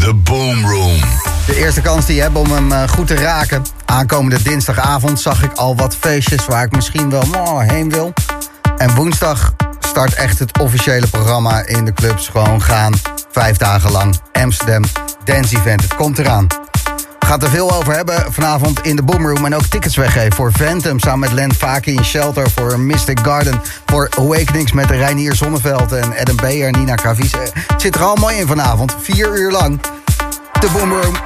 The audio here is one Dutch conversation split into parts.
The Boom Room. De eerste kans die je hebt om hem goed te raken. Aankomende dinsdagavond zag ik al wat feestjes waar ik misschien wel heen wil. En woensdag start echt het officiële programma in de clubs. Gewoon gaan, 5 dagen lang. Amsterdam Dance Event, het komt eraan. We gaan het er veel over hebben vanavond in de Boom Room. En ook tickets weggeven voor Phantom samen met Len Faki in Shelter. Voor Mystic Garden. Voor Awakenings met Reinier Zonneveld en Adam Beyer en Nina Kravies. Het zit er allemaal in vanavond. 4 uur lang. De Boom Room.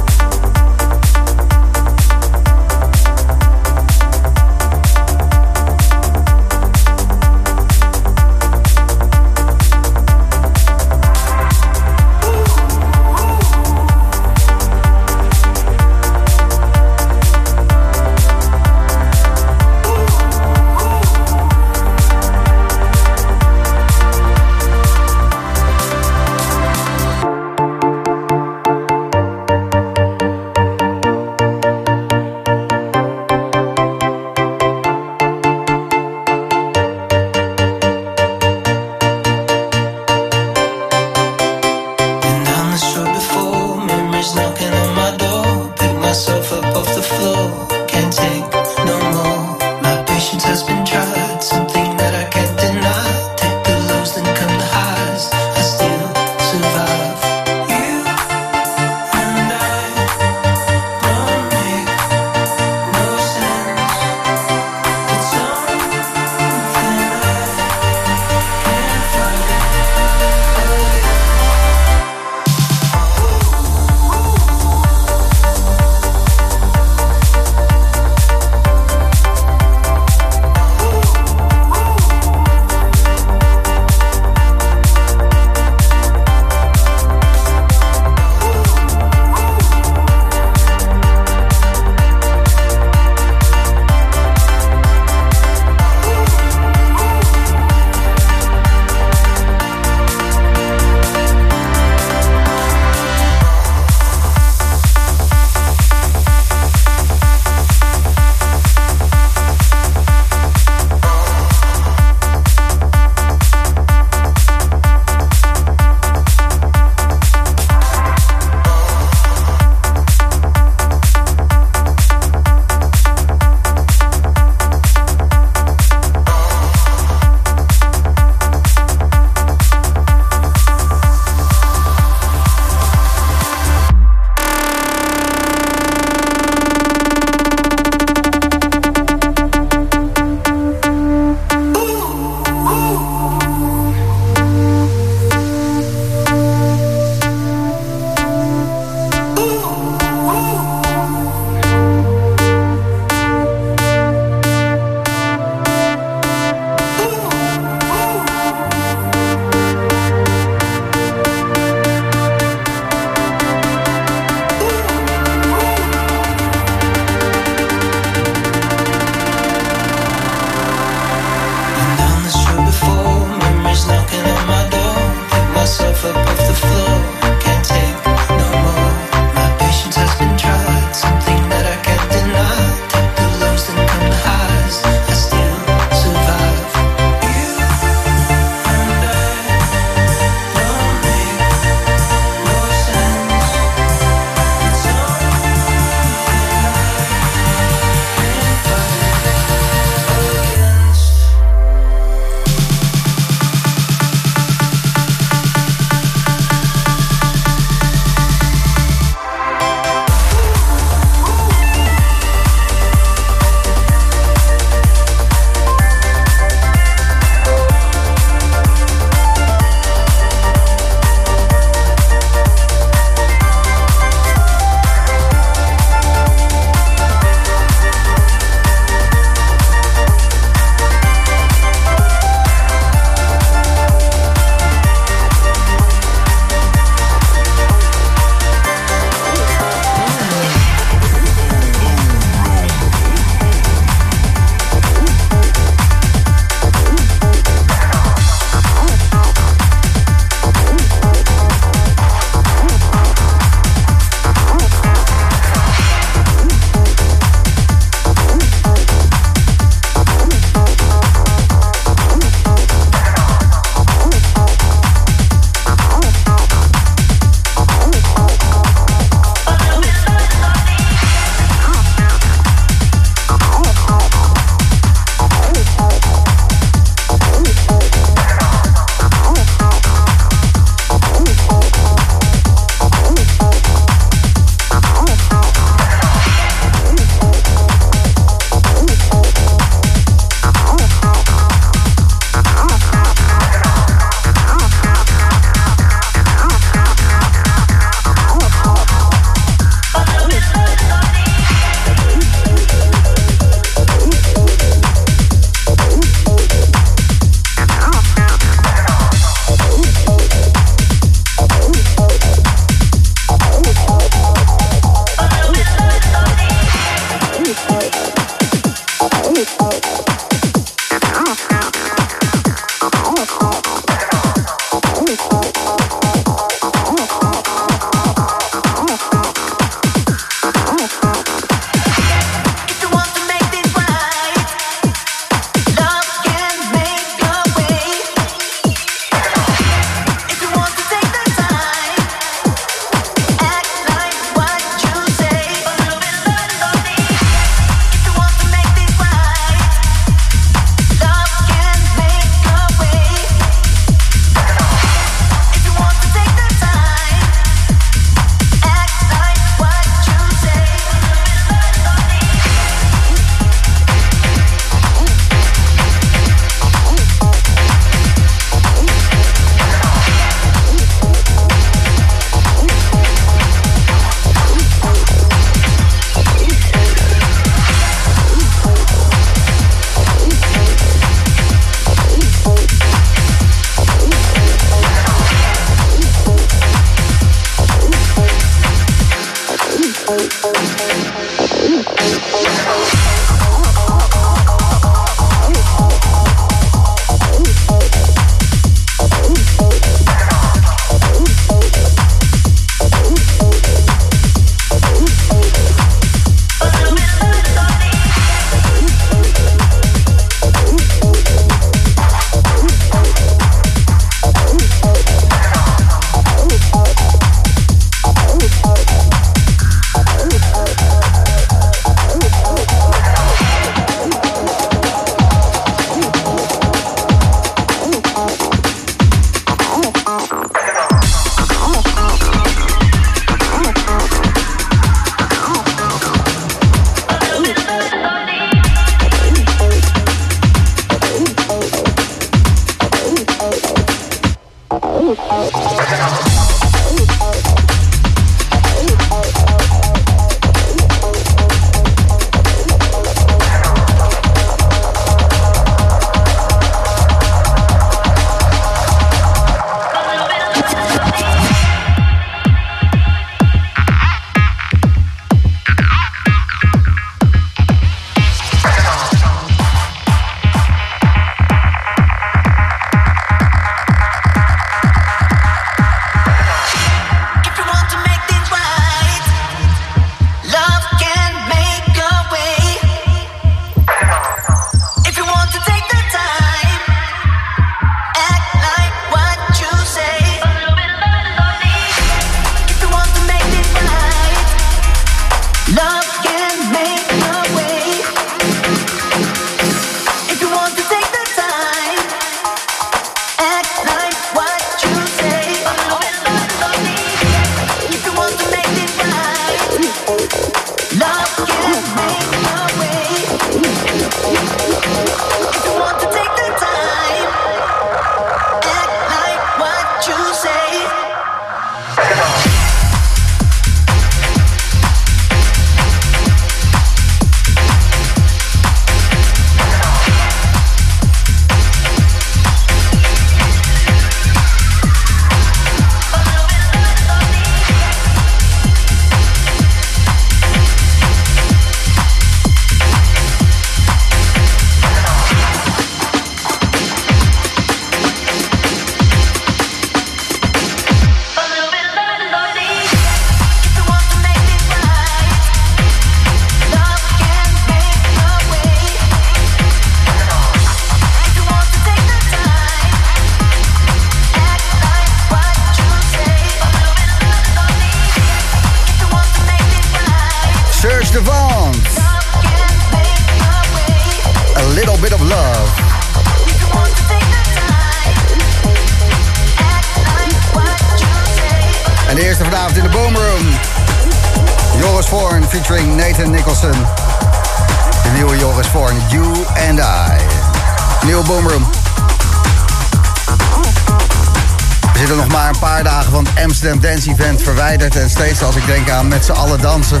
Dance Event verwijderd. En steeds als ik denk aan met z'n allen dansen,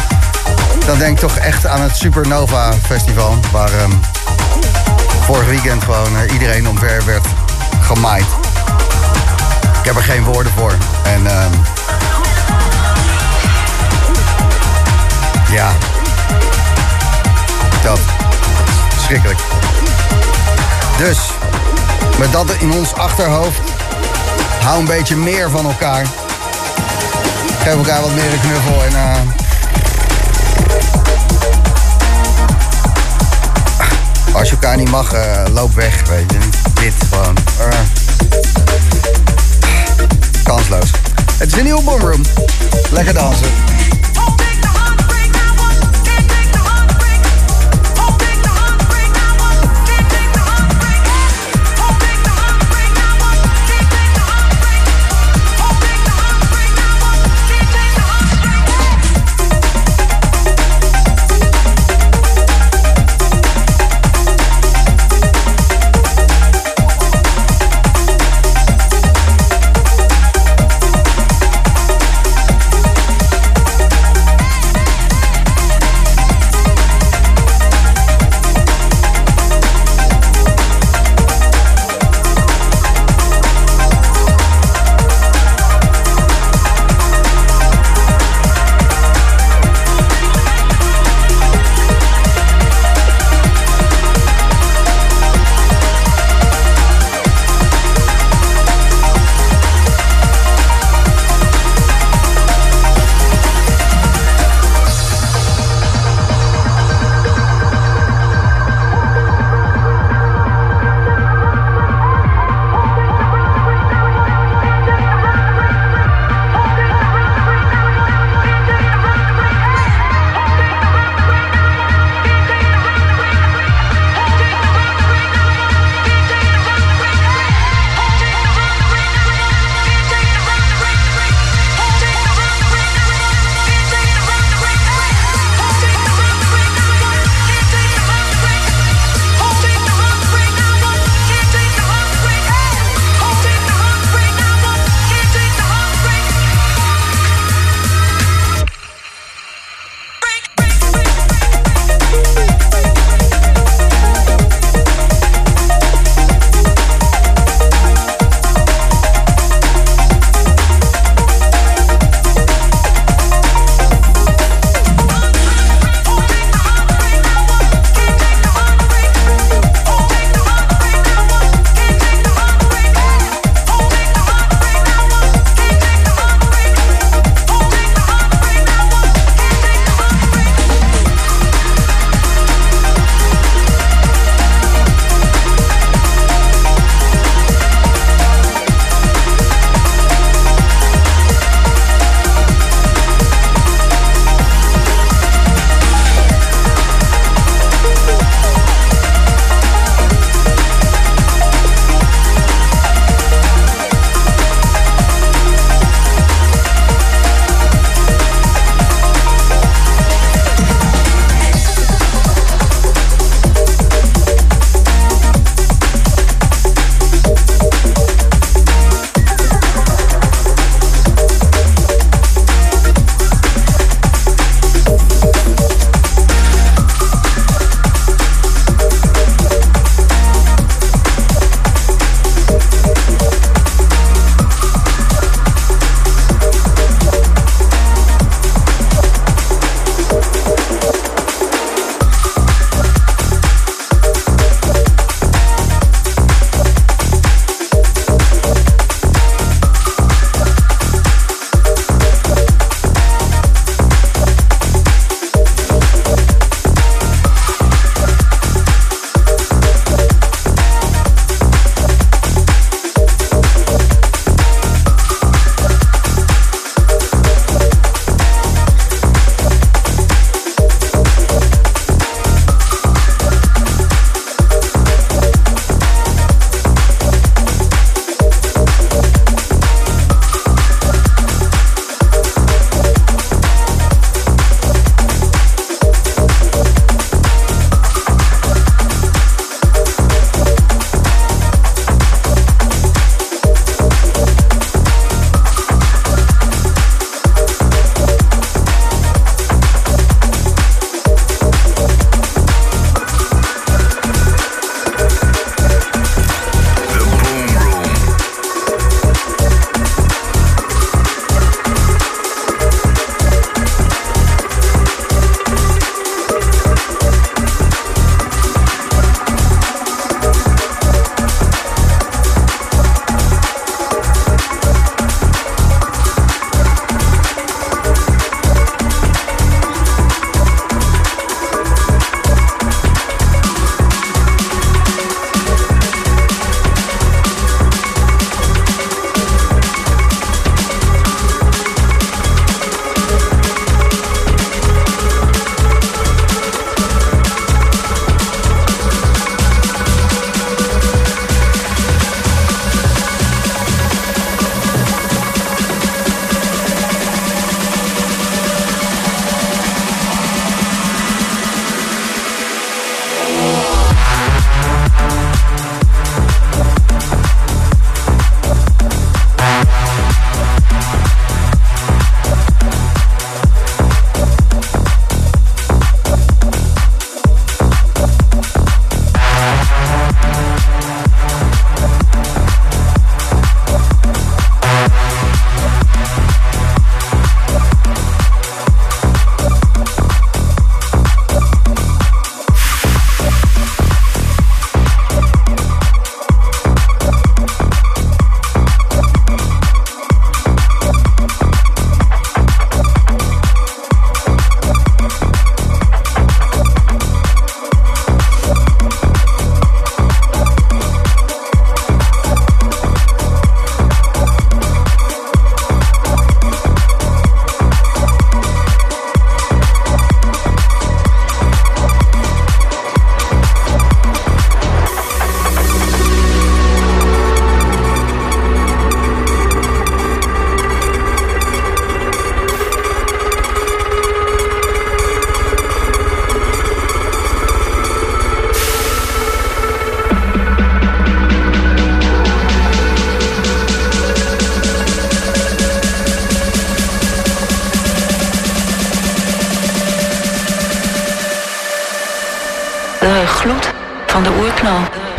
dan denk ik toch echt aan het Supernova Festival, waar vorig weekend gewoon iedereen omver werd gemaaid. Ik heb er geen woorden voor. En ja, dat is schrikkelijk. Dus met dat in ons achterhoofd, hou een beetje meer van elkaar. Geef elkaar wat meer een knuffel en als je elkaar niet mag, loop weg, weet je. Dit gewoon. Kansloos. Het is een nieuwe Boomroom. Lekker dansen. de oerknal.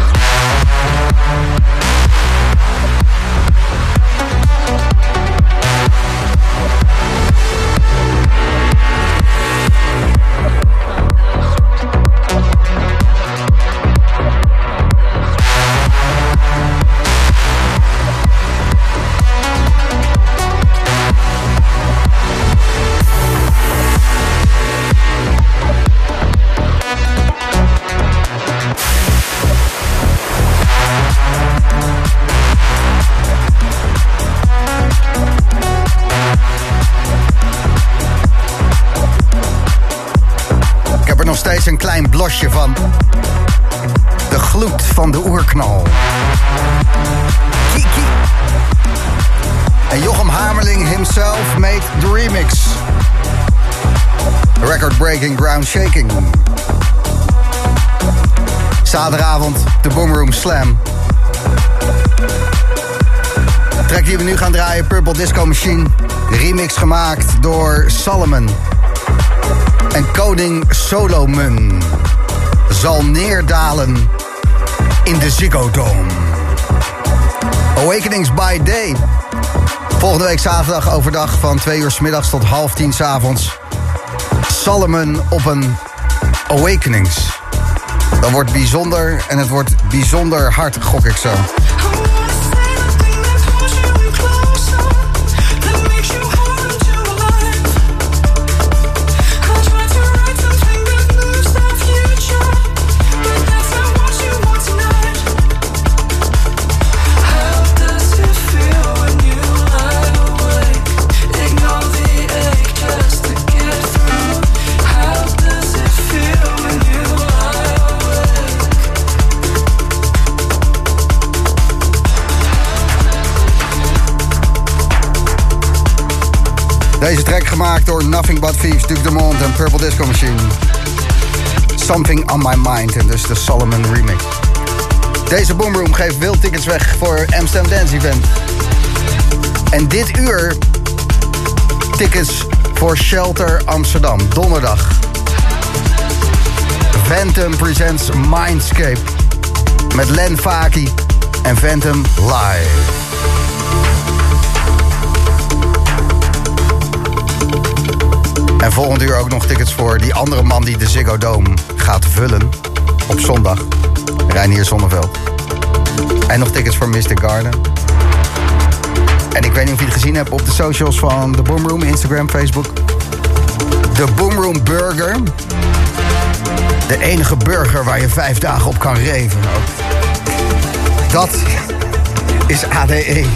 Een klein blosje van de gloed van de oerknal. Kiki. En Jochem Hamerling himself made the remix. Record breaking, ground shaking. Zaterdagavond, de Boomroom Slam. De track die we nu gaan draaien, Purple Disco Machine. De remix gemaakt door Solomon. En koning Solomon zal neerdalen in de Ziggo Dome. Awakenings by Day. Volgende week zaterdag overdag van 2 uur 's middags tot 9:30 's avonds. Solomon op een Awakenings. Dat wordt bijzonder en het wordt bijzonder hard, gok ik zo. Deze track gemaakt door Nothing But Thieves, Duke Dumont en Purple Disco Machine. Something on My Mind en dus de Solomon remix. Deze Boomroom geeft veel tickets weg voor Amsterdam Dance Event. En dit uur tickets voor Shelter Amsterdam, donderdag. Phantom presents Mindscape met Len Faki en Phantom live. En volgend uur ook nog tickets voor die andere man die de Ziggo Dome gaat vullen op zondag. Reinier Zonneveld. En nog tickets voor Mystic Garden. En ik weet niet of je het gezien hebt op de socials van de Boomroom, Instagram, Facebook. De Boomroom Burger. De enige burger waar je 5 dagen op kan reven. Dat is ADE.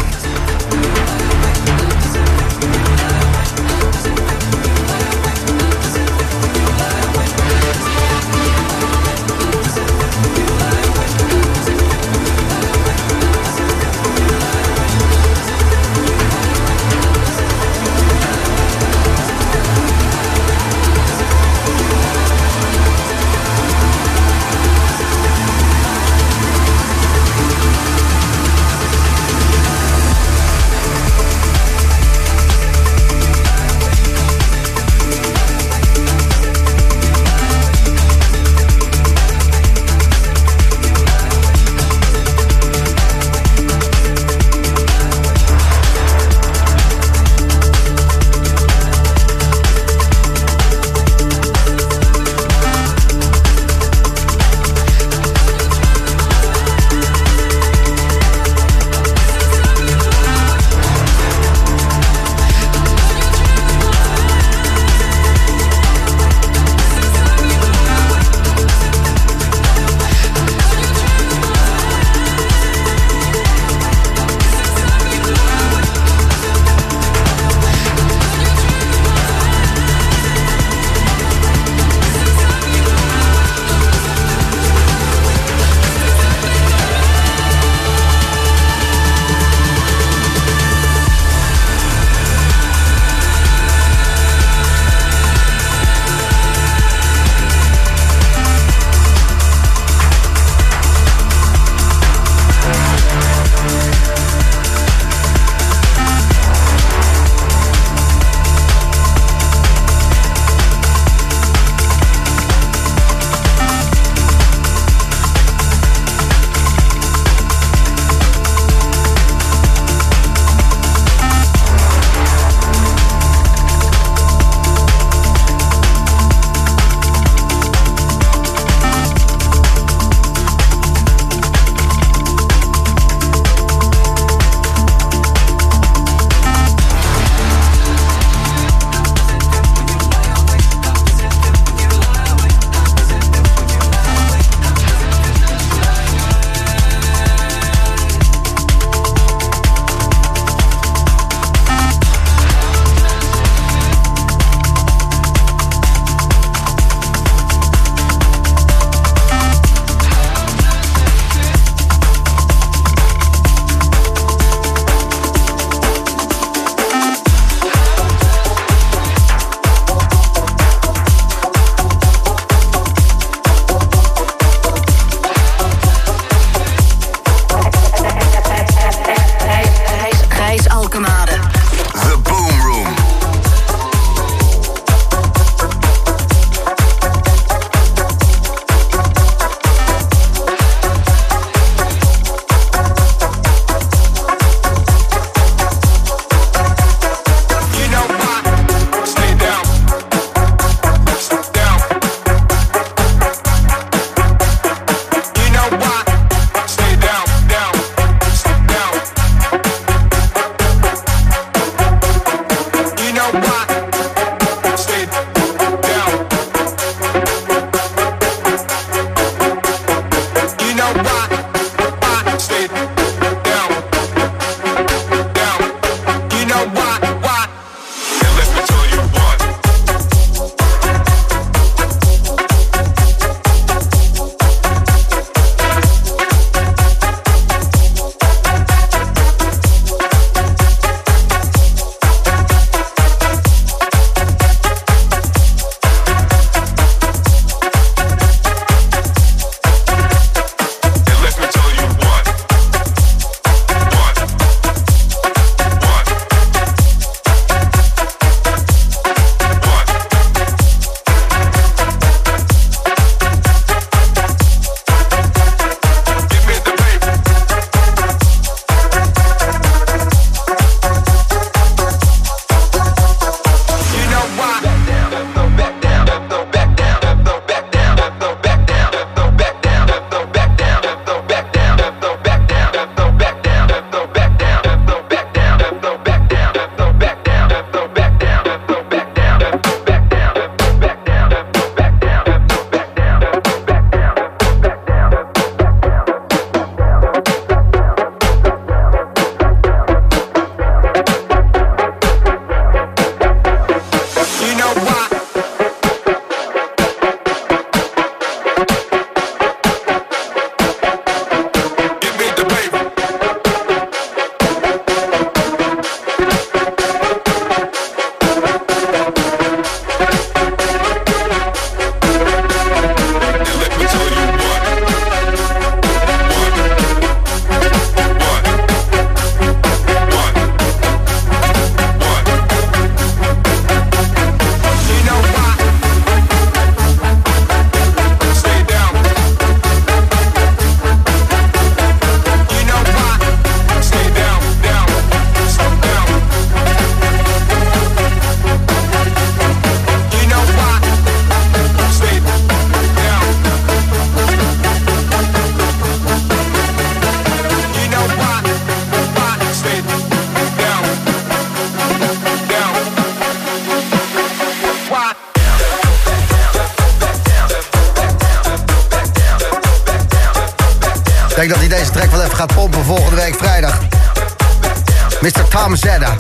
denk dat hij deze track wel even gaat pompen volgende week vrijdag. Mr. Tom Zedda.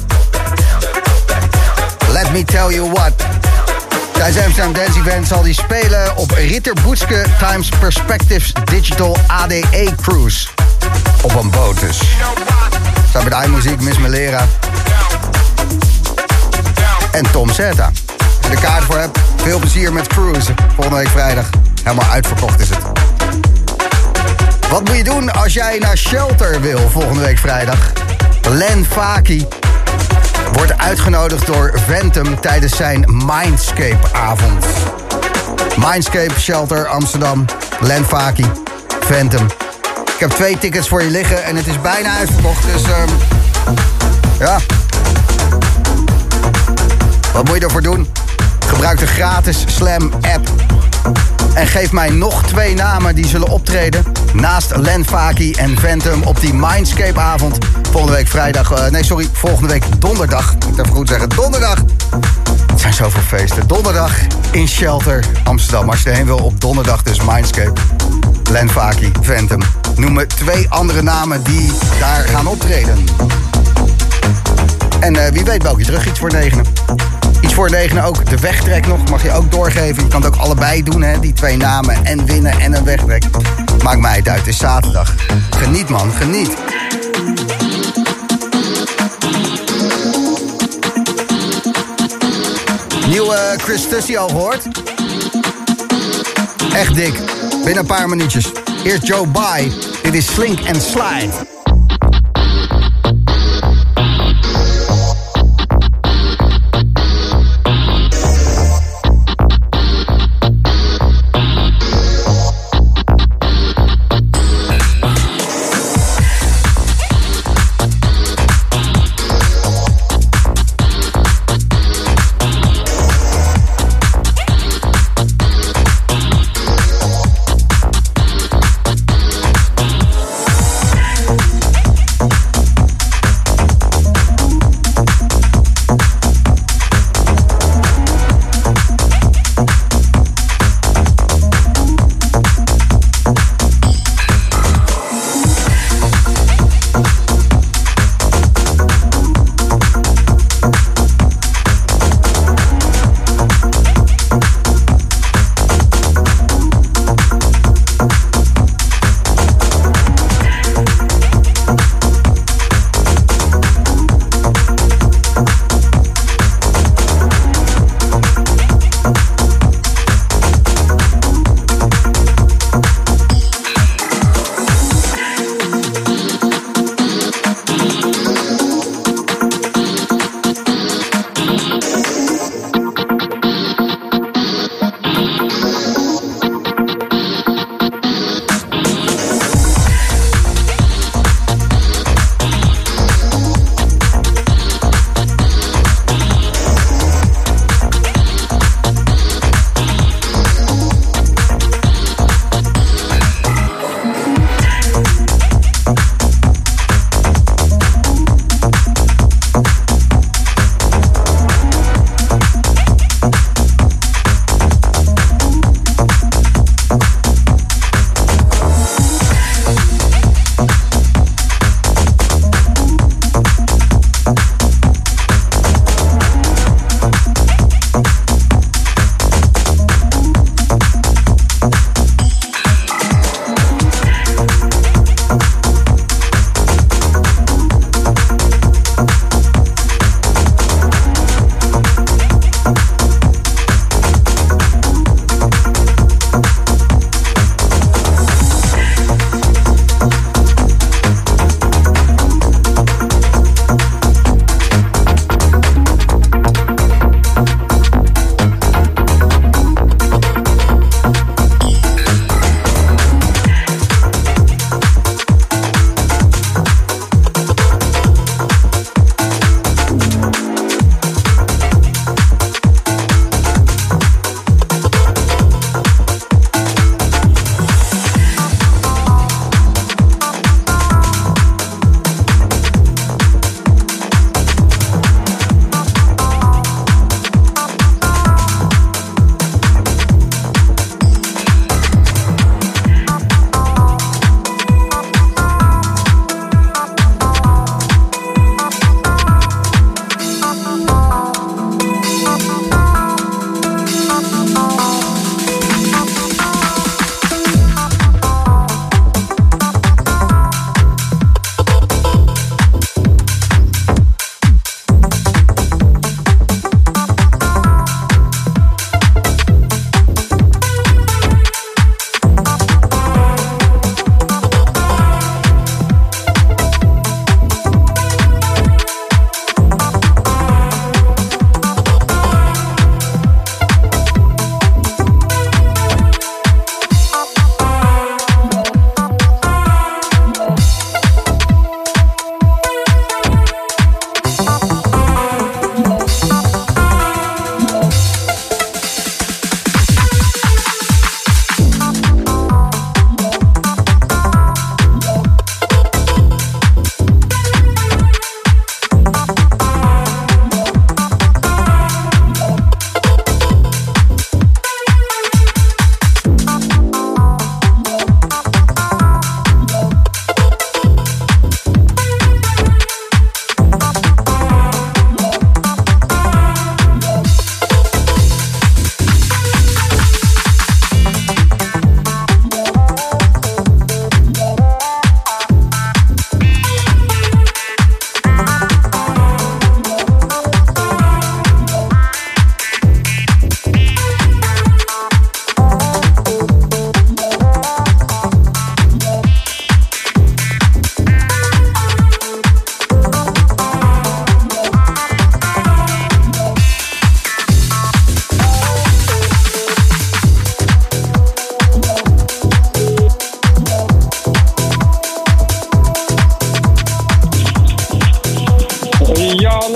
Let me tell you what. Tijdens Amsterdam Dance Event zal hij spelen op Ritter Boetske Times Perspectives Digital ADE Cruise. Op een boot dus. Samen met iMuziek, Miss Melera. En Tom Zedda. Als je er kaart voor hebt, veel plezier met cruisen. Volgende week vrijdag. Helemaal uitverkocht is het. Wat moet je doen als jij naar Shelter wil volgende week vrijdag? Len Faki wordt uitgenodigd door Ventum tijdens zijn Mindscape-avond. Mindscape, Shelter, Amsterdam, Len Faki, Ventum. Ik heb 2 tickets voor je liggen en het is bijna uitverkocht, dus ja. Wat moet je ervoor doen? Gebruik de gratis Slam-app. En geef mij nog 2 namen die zullen optreden naast Len Faki en Ventum op die Mindscape-avond. Volgende week volgende week donderdag. Ik moet even goed zeggen, donderdag. Het zijn zoveel feesten. Donderdag in Shelter, Amsterdam. Als je erheen wil op donderdag, dus Mindscape, Len Faki, Ventum. Noem me 2 andere namen die daar gaan optreden. En wie weet bel je terug, iets voor 9. Iets voor 9 ook, de wegtrek nog, mag je ook doorgeven. Je kan het ook allebei doen, hè, die 2 namen en winnen en een wegtrek. Maakt mij het uit, het is zaterdag. Geniet man, geniet. Nieuwe Chris Tussie al gehoord? Echt dik, binnen een paar minuutjes. Eerst Joe Bye, dit is Slink and Slide.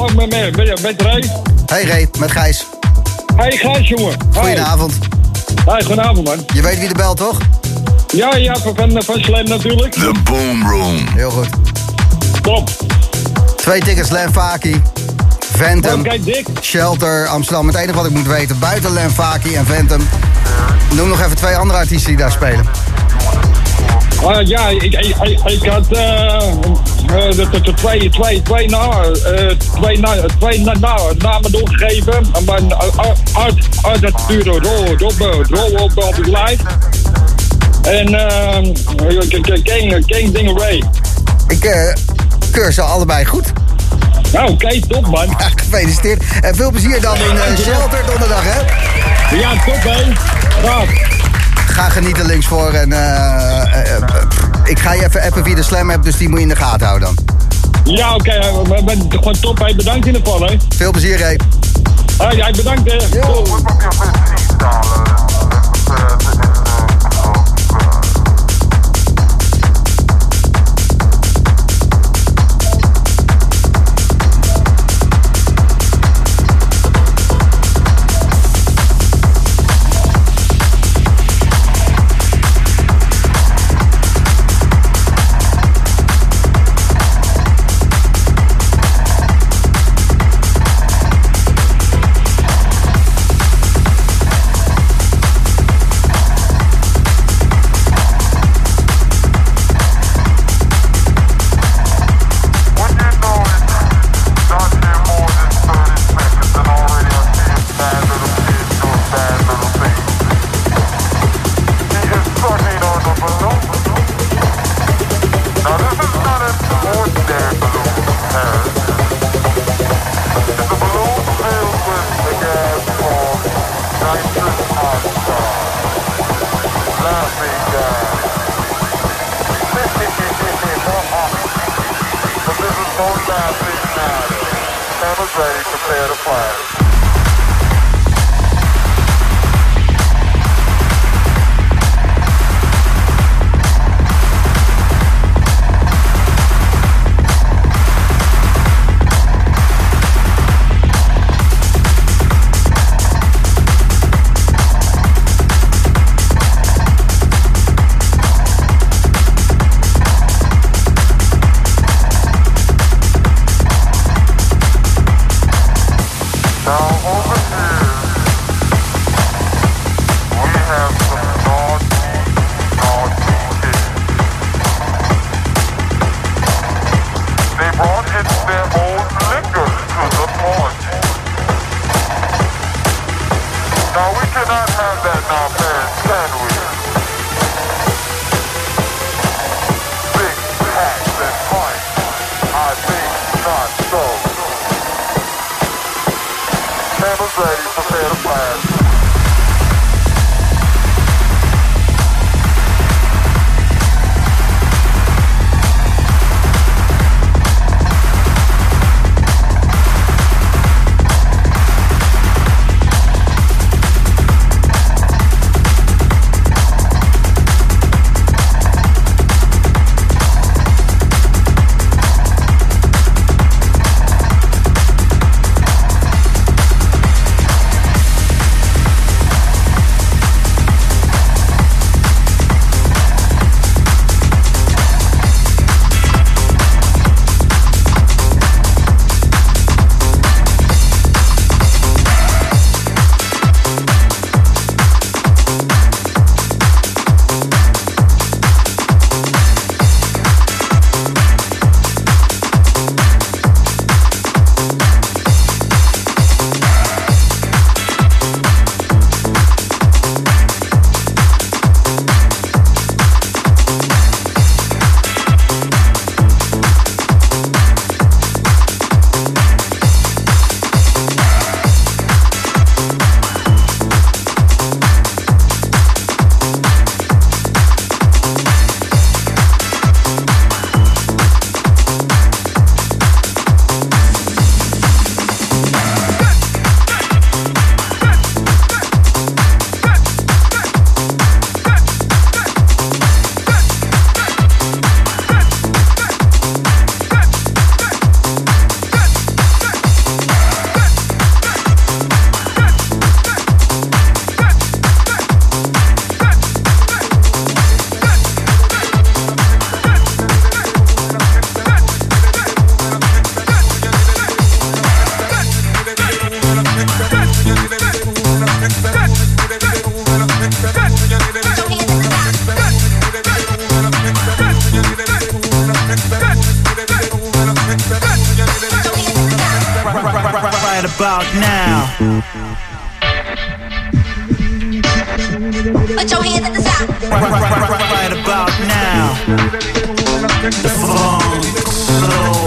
lang met Ray. Hey Ray, met Gijs. Hey Gijs, jongen. Goedenavond. Hey, goedenavond, man. Je weet wie de belt, toch? Ja, van Slam natuurlijk. The Boom Room. Heel goed. Top. 2 tickets, Lenfaki, Phantom, Kijk, Dick. Shelter, Amsterdam. Het enige wat ik moet weten, buiten Lenfaki en Phantom. Noem nog even 2 andere artiesten die daar spelen. Ja, ik had twee namen doorgegeven. Uit het studio Roll Live. En King Ding Ray. Ik keur ze allebei goed. Nou, oké, top, man. Ja, gefeliciteerd. En veel plezier dan in Shelter donderdag, hè? Ja, top, hè. Graag. Ga genieten links voor en ik ga je even appen via de Slam app, dus die moet je in de gaten houden dan. Ja, oké, gewoon top, hè. Bedankt in ieder geval, hè. Veel plezier, hè. Ja, bedankt, hè. Yo. right about now. Put your hands at the top. Right about now. The funk soul.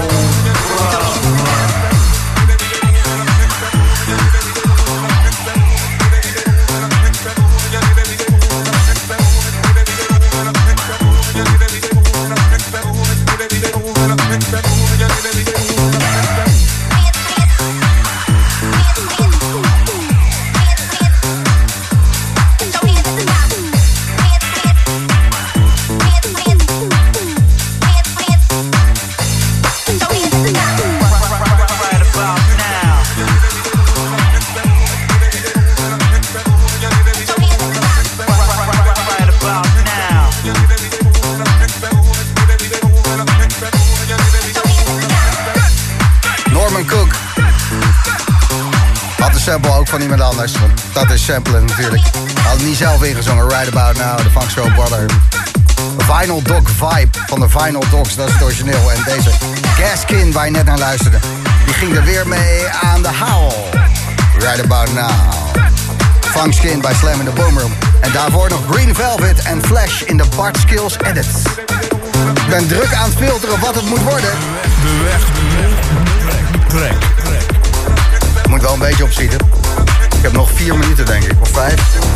Sample ook van iemand anders, want dat is samplen natuurlijk. Had het niet zelf ingezongen. Right About Now, de Funk Soul Brother. Vinyl Dog Vibe van de Vinyl Dogs, dat is het origineel. En deze Gaskin, waar je net naar luisterde, die ging er weer mee aan de howl. Right About Now. Funkskin bij Slam in the Boom Room. En daarvoor nog Green Velvet en Flash in de Bart Skills Edit. Ik ben druk aan het filteren wat het moet worden. Trek. Ik moet wel een beetje opschieten. Ik heb nog 4 minuten, denk ik. Of 5.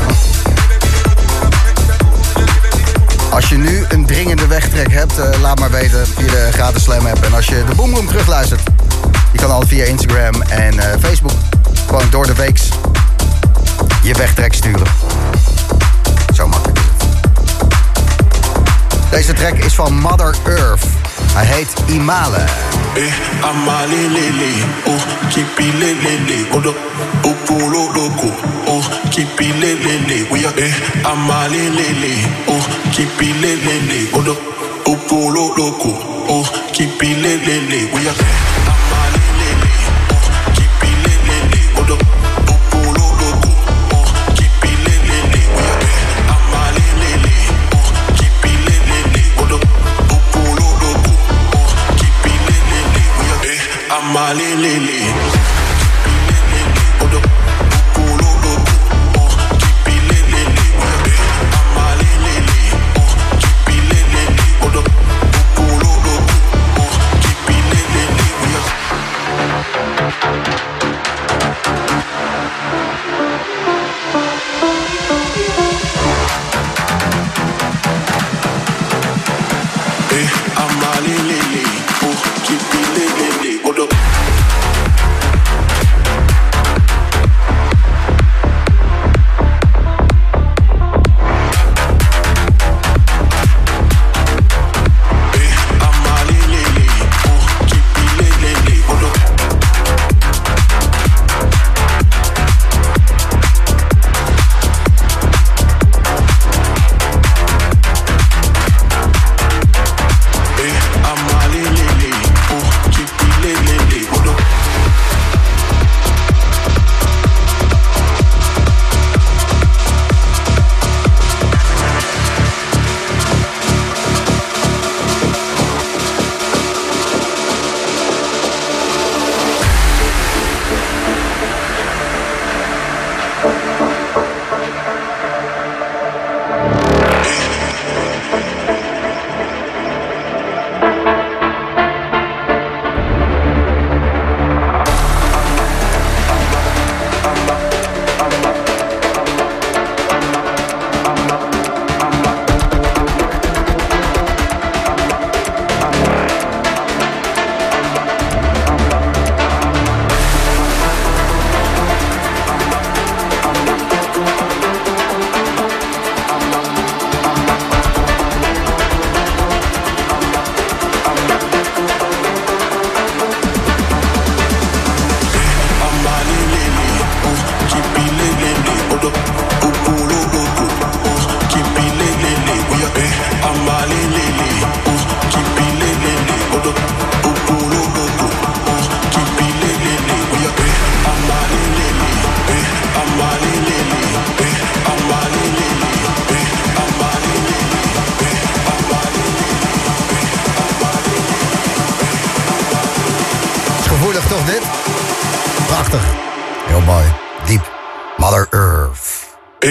Als je nu een dringende wegtrek hebt, laat maar weten via de gratis Slam app. En als je de Boomroom terugluistert, je kan altijd via Instagram en Facebook gewoon door de weeks je wegtrek sturen. Zo makkelijk is het. Deze track is van Mother Earth. Hij heet Imale. Amalelele, oh, kipilelele, odo, opolo loco, oh, kipilelele, we are amalelele, oh, kipilelele, odo, opolo loco, oh, kipilelele, we are amalelele, oh, kipilelele, odo, opolo loco, oh, kipilelele, we are amalelele, oh, kipilelele, odo, opolo loco, oh, kipilelele, we are amalelele. Prachtig. Heel mooi. Diep. Mother Earth.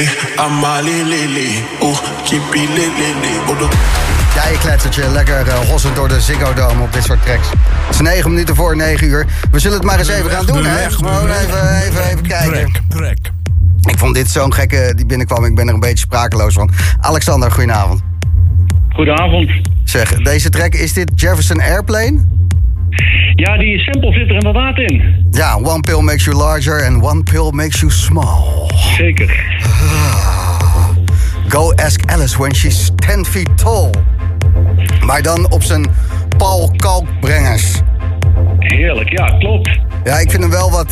Ja, je kletsertje. Lekker hossend door de Ziggo Dome op dit soort tracks. Het is 9 minuten voor 9 uur. We zullen het maar eens even gaan doen, hè? Gewoon even kijken. Trek. Ik vond dit zo'n gekke die binnenkwam. Ik ben er een beetje sprakeloos van. Alexander, goedenavond. Goedenavond. Zeg, deze track, is dit Jefferson Airplane? Ja, die sample zit er inderdaad in. Ja, one pill makes you larger and one pill makes you small. Zeker. Go ask Alice when she's 10 feet tall. Maar dan op zijn Paul Kalkbrengers. Heerlijk, ja, klopt. Ja, ik vind hem wel wat...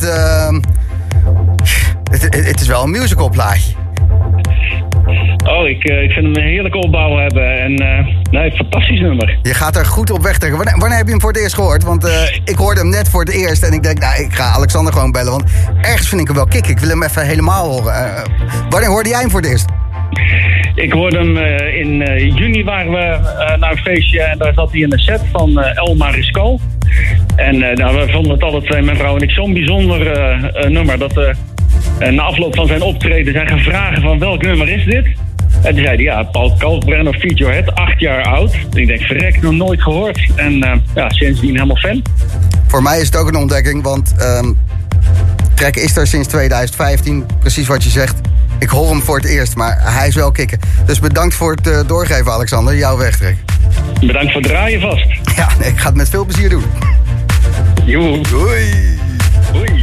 Het is wel een musical plaatje. Oh, ik vind hem een heerlijke opbouw hebben. En nee, fantastisch nummer. Je gaat er goed op weg tegen. Wanneer heb je hem voor het eerst gehoord? Want ik hoorde hem net voor het eerst. En ik denk, nou, ik ga Alexander gewoon bellen. Want ergens vind ik hem wel kick. Ik wil hem even helemaal horen. Wanneer hoorde jij hem voor het eerst? Ik hoorde hem in juni waren we naar een feestje. En daar zat hij in een set van El Mariscal. En nou, we vonden het alle twee, mijn vrouw en ik, zo'n bijzonder nummer. Dat na afloop van zijn optreden zijn gevraagd van welk nummer is dit? En toen zei hij, ja, Paul Kalkbrenner Feed Your Head, 8 jaar oud. En ik denk, verrek, nog nooit gehoord. En ja, sindsdien helemaal fan. Voor mij is het ook een ontdekking, want track is er sinds 2015. Precies wat je zegt. Ik hoor hem voor het eerst, maar hij is wel kicken. Dus bedankt voor het doorgeven, Alexander. Jouw wegtrek. Bedankt voor het draaien vast. Ja, nee, ik ga het met veel plezier doen. Joe. Doei. Doei.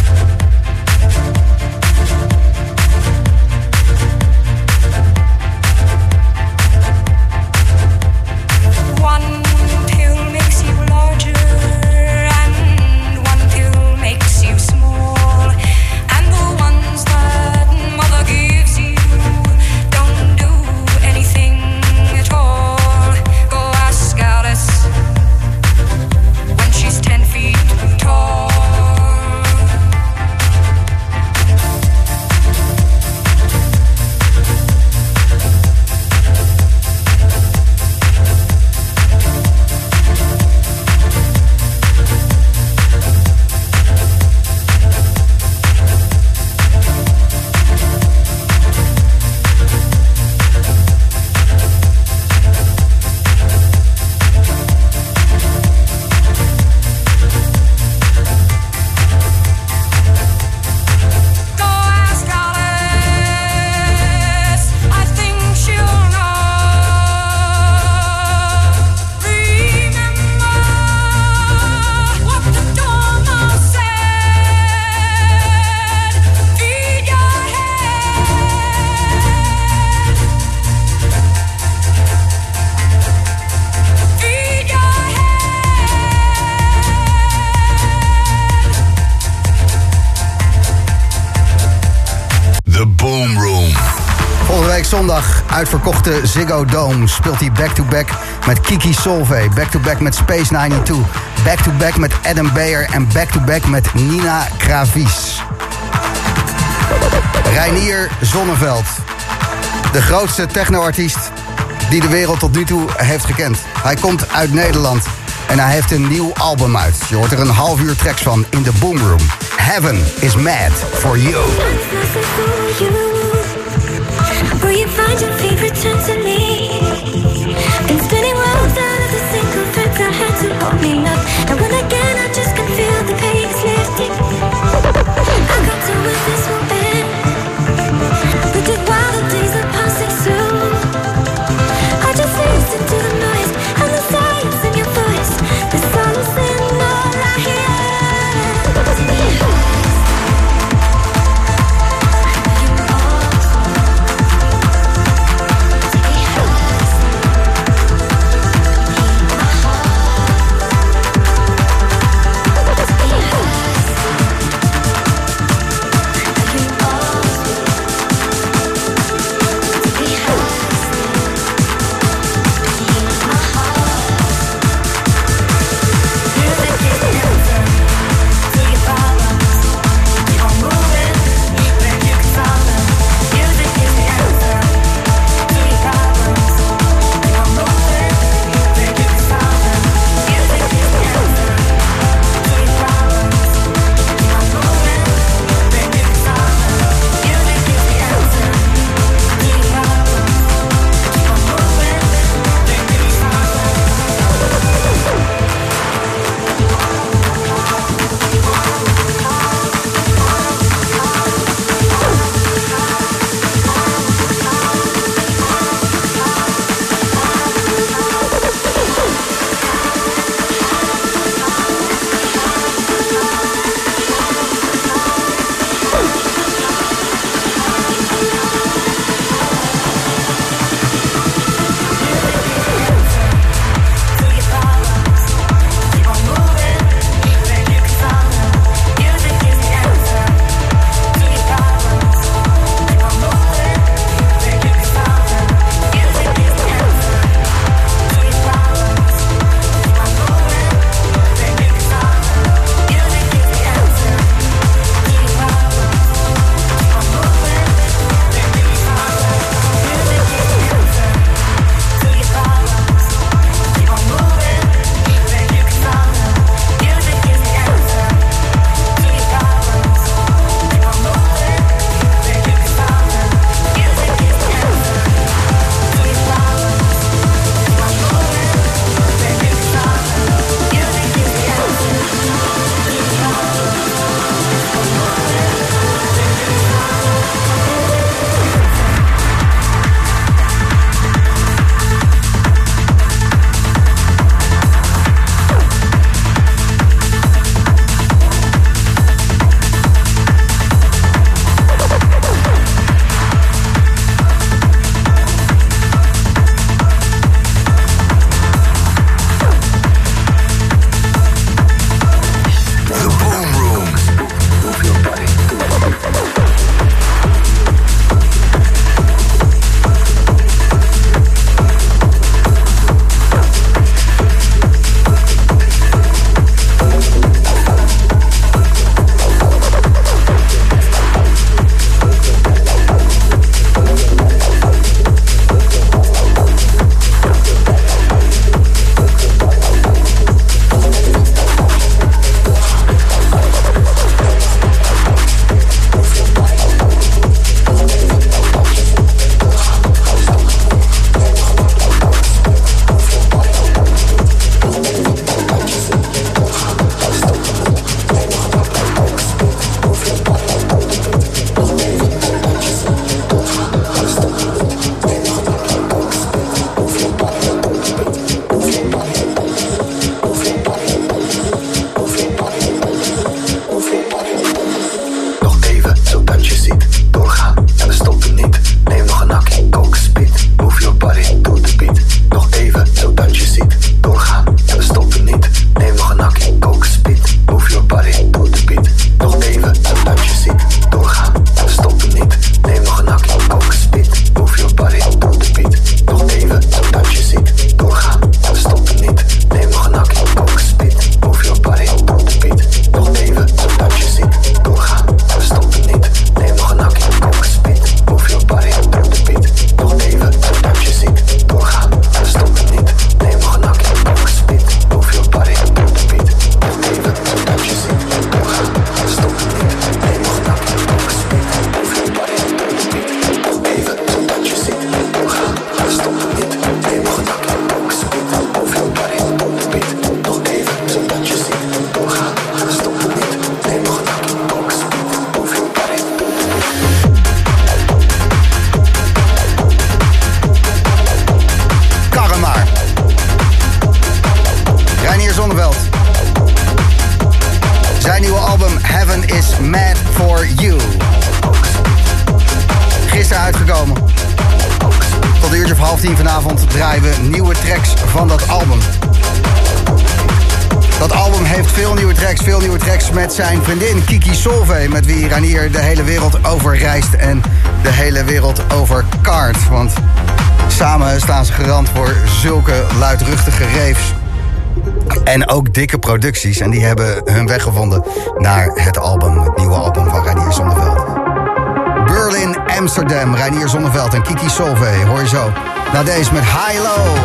Zondag uitverkochte Ziggo Dome speelt hij back-to-back met Kiki Solvay, back-to-back met Space 92, back-to-back met Adam Beyer en back-to-back met Nina Kravies. Reinier Zonneveld, de grootste technoartiest die de wereld tot nu toe heeft gekend. Hij komt uit Nederland en hij heeft een nieuw album uit. Je hoort er een half uur tracks van in de Boomroom. Heaven is mad for you. Will you find your feet, return to me? Been spinning worlds out of the single threads I had to hold me up. And when again I just can feel the pace lifting. I got to win this one bad. Look at while the days are passing soon. I just listen to the noise and the silence in your voice. The solace in all I hear. is Mad For You. Gisteren uitgekomen. Tot een uurtje of 9:30 vanavond draaien we nieuwe tracks van dat album. Dat album heeft veel nieuwe tracks met zijn vriendin Kiki Solvay, met wie Reinier de hele wereld over reist en de hele wereld over kaart. Want samen staan ze garant voor zulke luidruchtige raves. En ook dikke producties. En die hebben hun weg gevonden naar het album, het nieuwe album van Reinier Zonneveld. Berlin, Amsterdam, Reinier Zonneveld en Kiki Solvay. Hoor je zo. Na deze met High Low.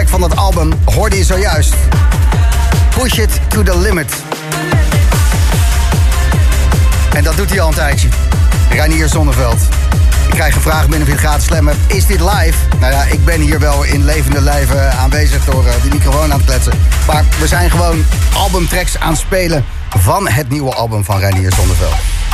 track van dat album hoorde je zojuist. Push It to the Limit. En dat doet hij al een tijdje. Reinier Zonneveld. Ik krijg een vraag binnen via de gratis Slam App. Is dit live? Nou ja, ik ben hier wel in levende lijven aanwezig door die microfoon aan het kletsen. Maar we zijn gewoon albumtracks aan het spelen van het nieuwe album van Reinier Zonneveld.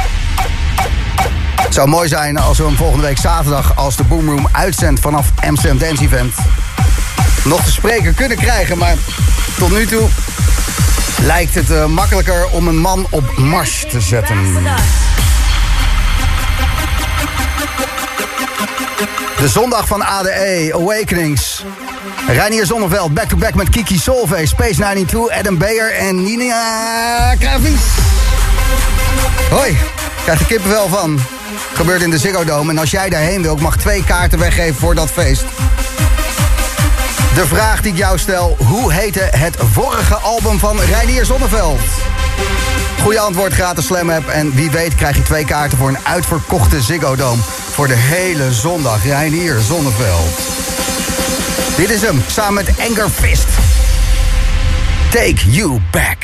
Het zou mooi zijn als we hem volgende week zaterdag, als de Boomroom uitzendt vanaf Amsterdam Dance Event, nog te spreken kunnen krijgen. Maar tot nu toe lijkt het makkelijker om een man op Mars te zetten. De zondag van ADE, Awakenings. Reinier Zonneveld, back-to-back met Kiki Solveig, Space 92, Adam Beyer en Nina Kravies. Hoi, krijg er kippenvel van. Gebeurt in de Ziggo Dome. En als jij daarheen wil, ik mag 2 kaarten weggeven voor dat feest. De vraag die ik jou stel, hoe heette het vorige album van Reinier Zonneveld? Goeie antwoord, gratis Slam App. En wie weet krijg je 2 kaarten voor een uitverkochte Ziggo Dome voor de hele zondag. Reinier Zonneveld. Dit is hem, samen met Anger Fist. Take You Back.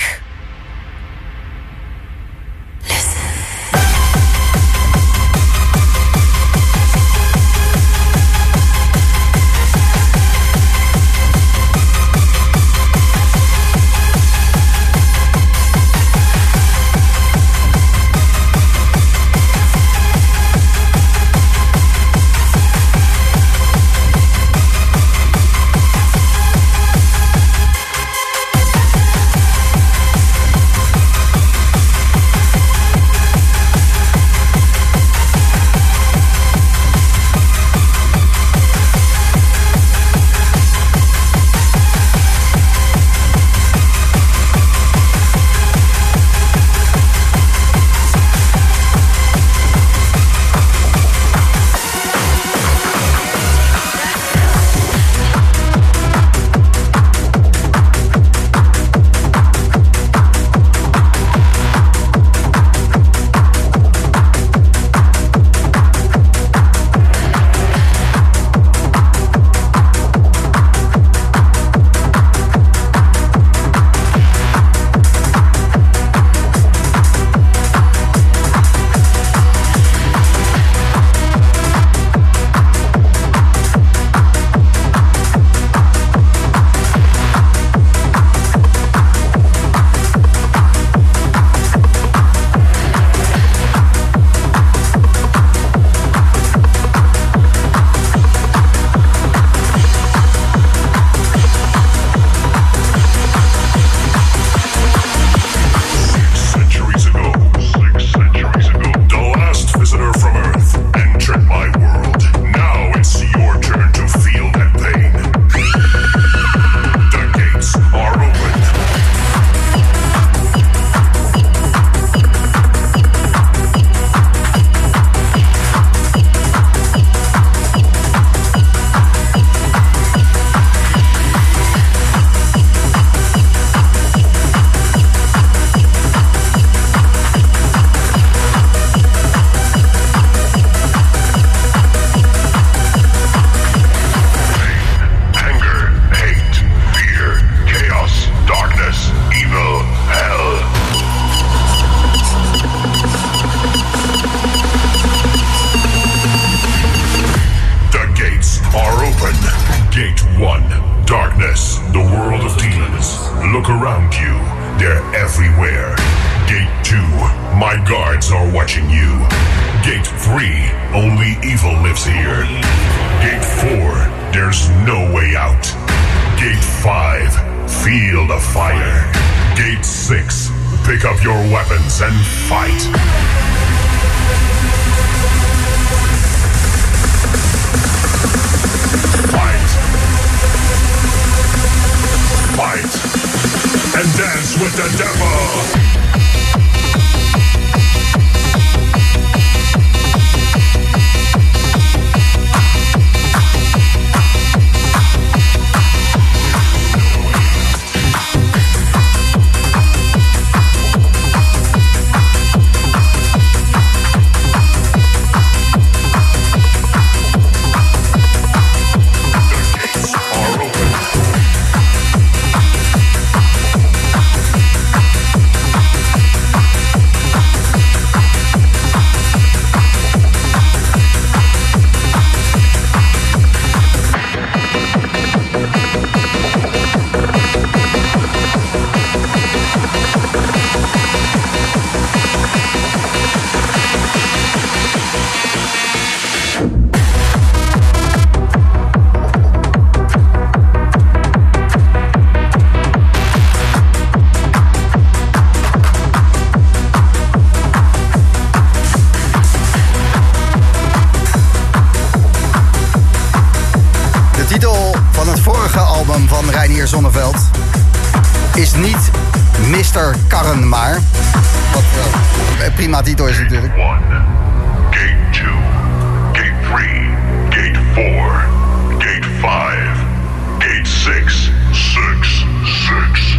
Zonneveld is niet Mr. Karren maar. Wat prima titel is natuurlijk. Gate 1, Gate 2, Gate 3, Gate 4, Gate 5, Gate 6, 6, 6.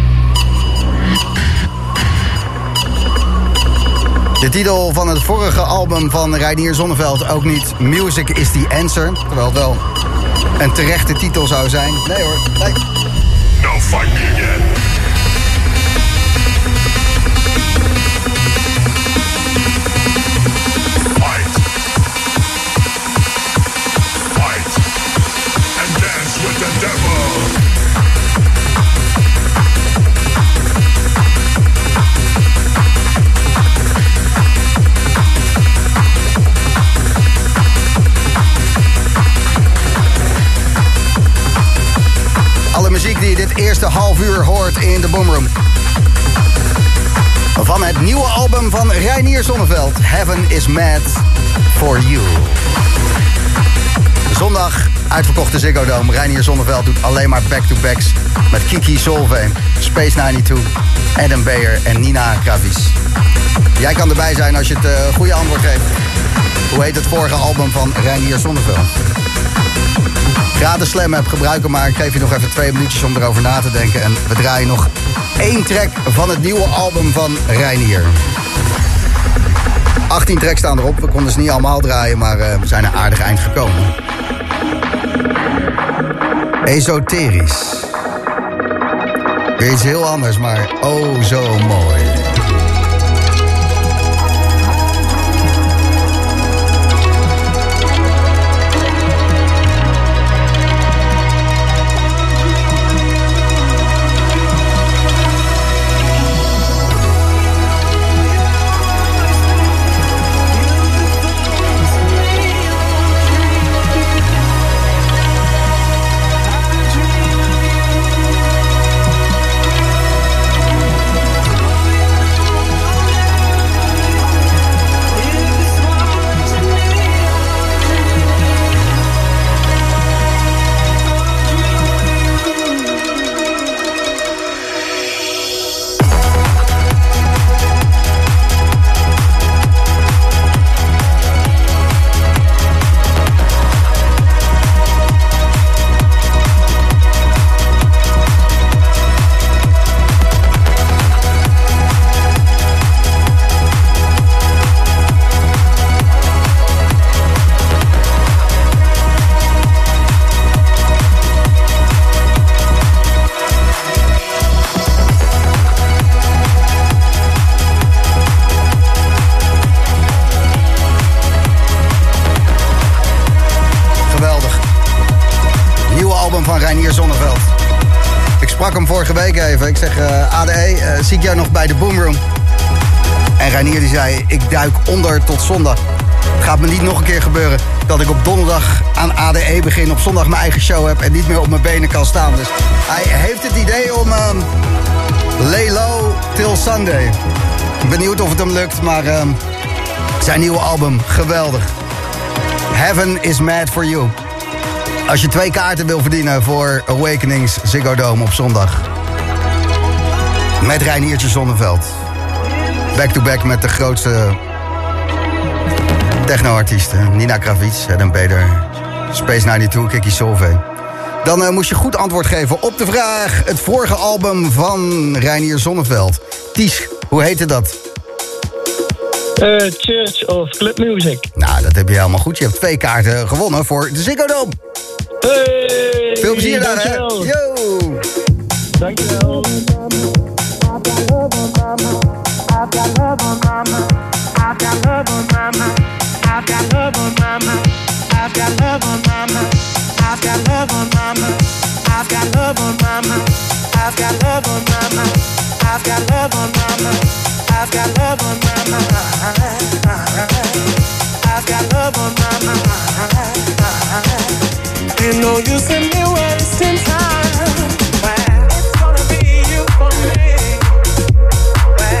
De titel van het vorige album van Reinier Zonneveld ook niet Music is the Answer. Terwijl het wel een terechte titel zou zijn. Nee hoor, nee. Now fight me again. Fight. Fight. And dance with the devil. Alle muziek die je dit eerste half uur hoort in de Boomroom. Van het nieuwe album van Reinier Zonneveld. Heaven is Mad for You. Zondag uitverkochte Ziggo Dome. Reinier Zonneveld doet alleen maar back-to-backs met Kiki Solvay, Space 92, Adam Beyer en Nina Kraviz. Jij kan erbij zijn als je het goede antwoord geeft. Hoe heet het vorige album van Reinier Zonneveld? Gratis Slam App gebruiken, maar ik geef je nog even 2 minuutjes om erover na te denken. En we draaien nog 1 track van het nieuwe album van Reinier. 18 tracks staan erop. We konden ze niet allemaal draaien, maar we zijn een aardig eind gekomen. Esoterisch. Weer iets heel anders, maar oh zo mooi. Vorige week even. Ik zeg, ADE, zie ik jou nog bij de Boomroom? En Reinier die zei, ik duik onder tot zondag. Het gaat me niet nog een keer gebeuren dat ik op donderdag aan ADE begin, op zondag mijn eigen show heb en niet meer op mijn benen kan staan. Dus hij heeft het idee om lay low till Sunday. Ik ben benieuwd of het hem lukt, maar zijn nieuwe album, geweldig. Heaven is Mad for You. Als je 2 kaarten wil verdienen voor Awakenings Ziggo Dome op zondag. Met Reiniertje Zonneveld. Back-to-back met de grootste techno-artiesten. Nina Kraviz, Adam Beyer, Space 92, Kiki Solvay. Dan moest je goed antwoord geven op de vraag. Het vorige album van Reinier Zonneveld. Ties, hoe heette dat? Church of Club Music. Nou, dat heb je helemaal goed. Je hebt 2 kaarten gewonnen voor de Ziggo Dome. Hey, veel plezier daar, hè? dankjewel. Yo! Dankjewel. Ain't no use in me wasting time. Well, it's gonna be you for me. Well,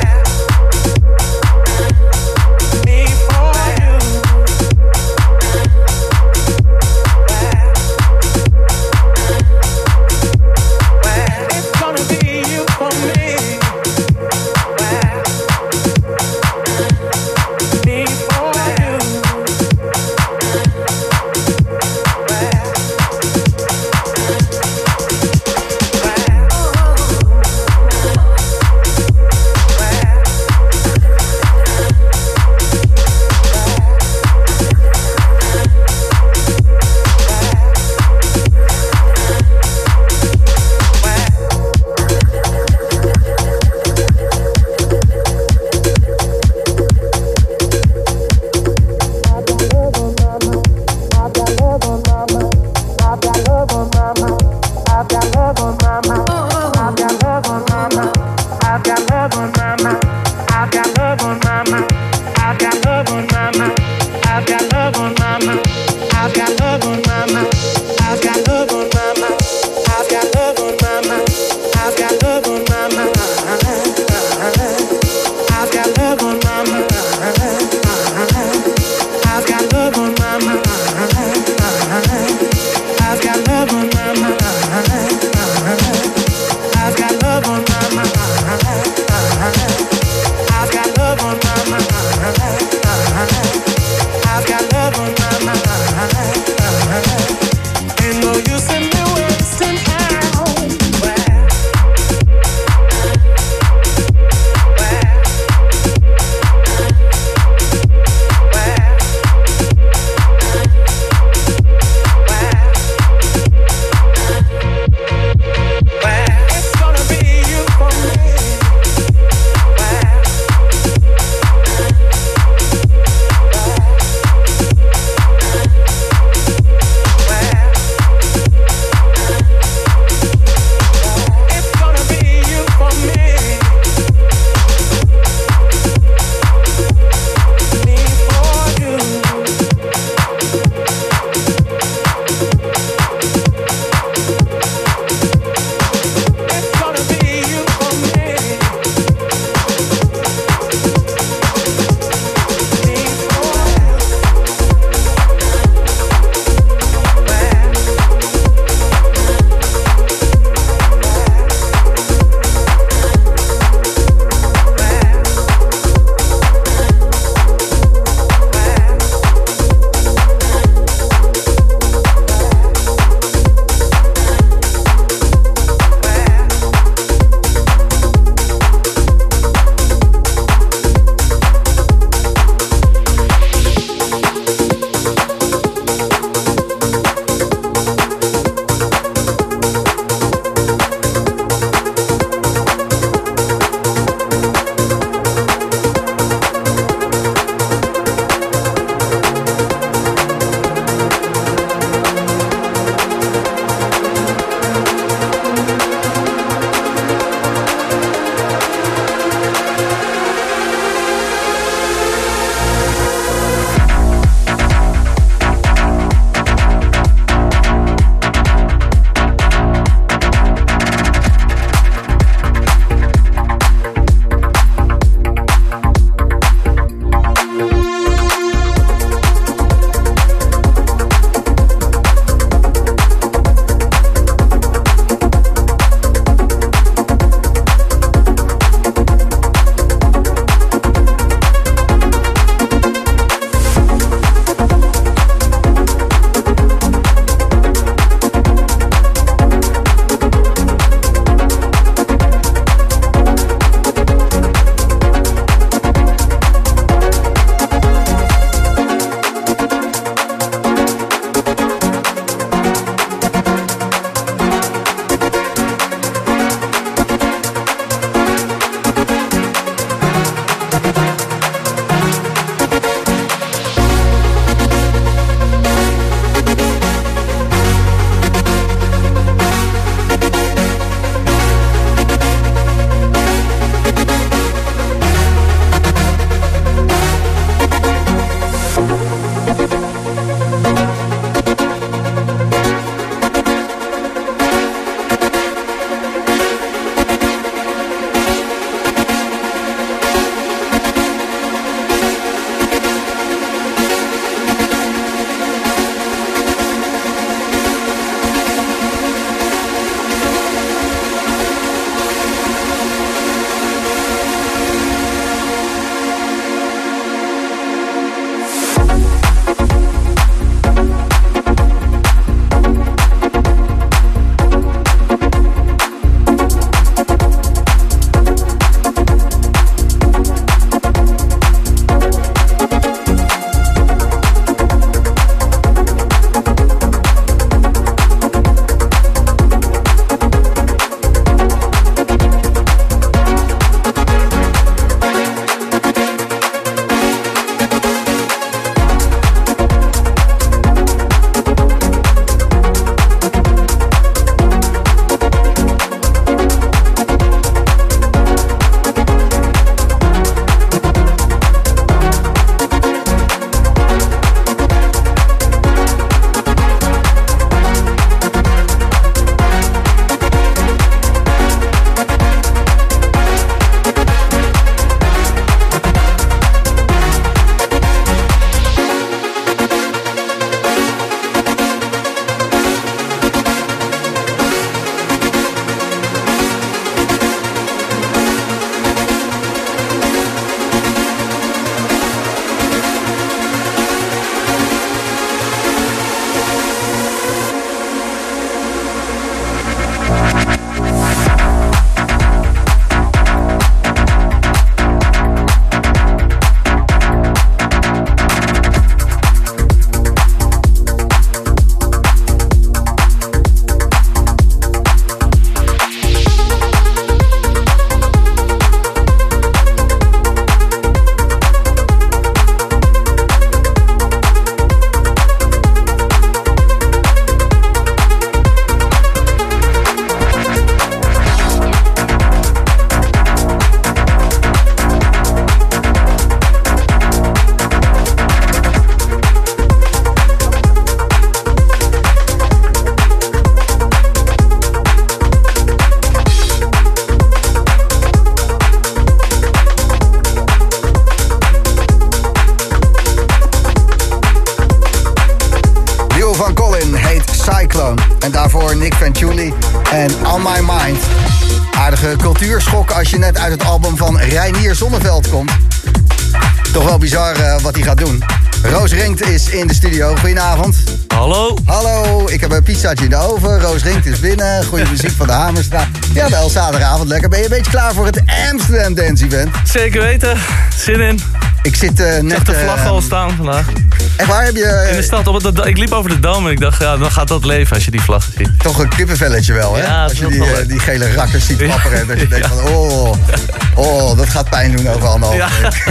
Nick Venturi en On My Mind. Aardige cultuurschok als je net uit het album van Reinier Zonneveld komt. Toch wel bizar wat hij gaat doen. Roos Ringt is in de studio. Goedenavond. Hallo. Hallo, ik heb een pizzaatje in de oven. Roos Ringt is binnen. Goede muziek van de Hamerstraat. Jawel, zaterdagavond lekker. Ben je een beetje klaar voor het Amsterdam Dance Event? Zeker weten. Zin in. Ik zit net... Zag de vlag al staan vandaag. Echt waar, heb je... In de stad. Ik liep over de Dam en ik dacht, ja, dan gaat dat leven als je die vlag ziet. Toch een kippenvelletje wel, hè? Ja, als je die gele rakkers ziet wapperen. En dat je denkt van, oh, dat gaat pijn doen over anderhalf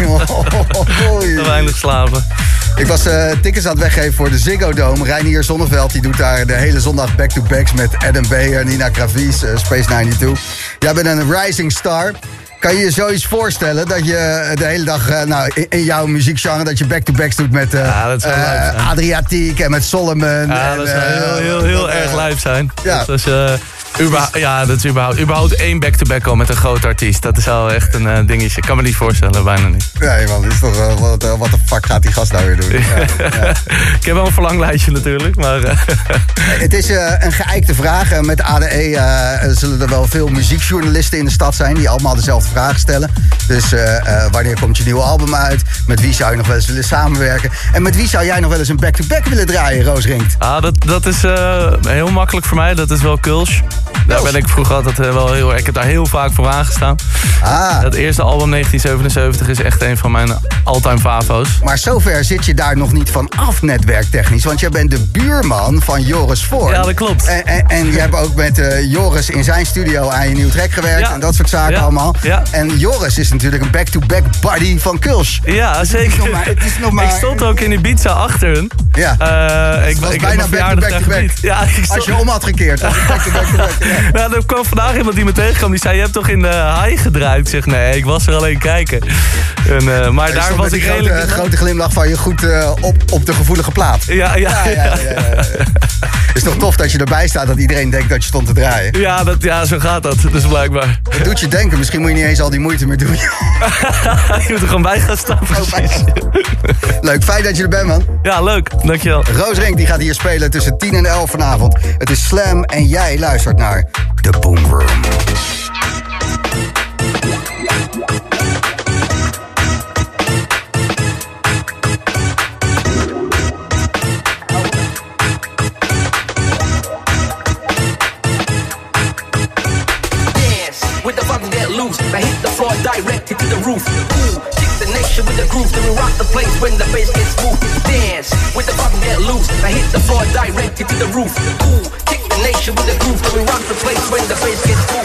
week. Te weinig slapen. Ik was tickets aan het weggeven voor de Ziggo Dome. Reinier Zonneveld die doet daar de hele zondag back-to-backs met Adam Beyer, Nina Kraviz, Space 92. Jij bent een rising star. Kan je je zoiets voorstellen dat je de hele dag in jouw muziekgenre dat je back-to-backs doet met Adriatiek en met Solomon? Ja, dat zou heel erg live zijn. Ja. Dat is überhaupt één back-to-back al met een groot artiest. Dat is al echt een dingetje. Ik kan me niet voorstellen, bijna niet. Nee man, dit is toch, wat de fuck gaat die gast nou weer doen? Ja. Ik heb wel een verlanglijstje natuurlijk, maar... Het is een geëikte vraag. Met ADE zullen er wel veel muziekjournalisten in de stad zijn die allemaal dezelfde vragen stellen. Dus wanneer komt je nieuwe album uit? Met wie zou je nog wel eens willen samenwerken? En met wie zou jij nog wel eens een back-to-back willen draaien, Roos Ringt? Dat is heel makkelijk voor mij. Dat is wel Kulsch. Daar ben ik vroeger altijd wel heel... Ik heb daar heel vaak voor aangestaan. Dat eerste album 1977 is echt een van mijn all-time favo's. Maar zover zit je daar nog niet van af, netwerktechnisch. Want jij bent de buurman van Joris Voorn. Ja, dat klopt. En je hebt ook met Joris in zijn studio aan je nieuwe track gewerkt. En dat soort zaken allemaal. Ja. En Joris is natuurlijk een back-to-back buddy van Kulsch. Ja, zeker. Ik stond ook in Ibiza achter hun. Ja. Ik was heb bijna mijn back-to-back. Ja, als je om had gekeerd. Back-to-back. Ja, er kwam vandaag iemand die me tegenkwam. Die zei, je hebt toch in de High gedraaid? Ik zeg, nee, ik was er alleen kijken. Maar daar was ik redelijk... grote glimlach van je goed op de gevoelige plaat. Ja. Het is toch tof dat je erbij staat, dat iedereen denkt dat je stond te draaien. Ja, zo gaat dat. Dus blijkbaar. Dat doet je denken. Misschien moet je niet eens al die moeite meer doen. Je moet er gewoon bij gaan staan, precies. Leuk, fijn dat je er bent, man. Ja, leuk. Dankjewel. Roos Ringt die gaat hier spelen tussen 10 en 11 vanavond. Het is Slam en jij luistert naar The Boom Room. With the fucking get loose, I hit the floor directed to the roof. Ooh, kick the nation with the groove, then we rock the place when the bass gets smooth. Dance with the fucking get loose, I hit the floor directed to the roof. Ooh, kick the nation with the groove, then we rock the place when the bass gets smooth.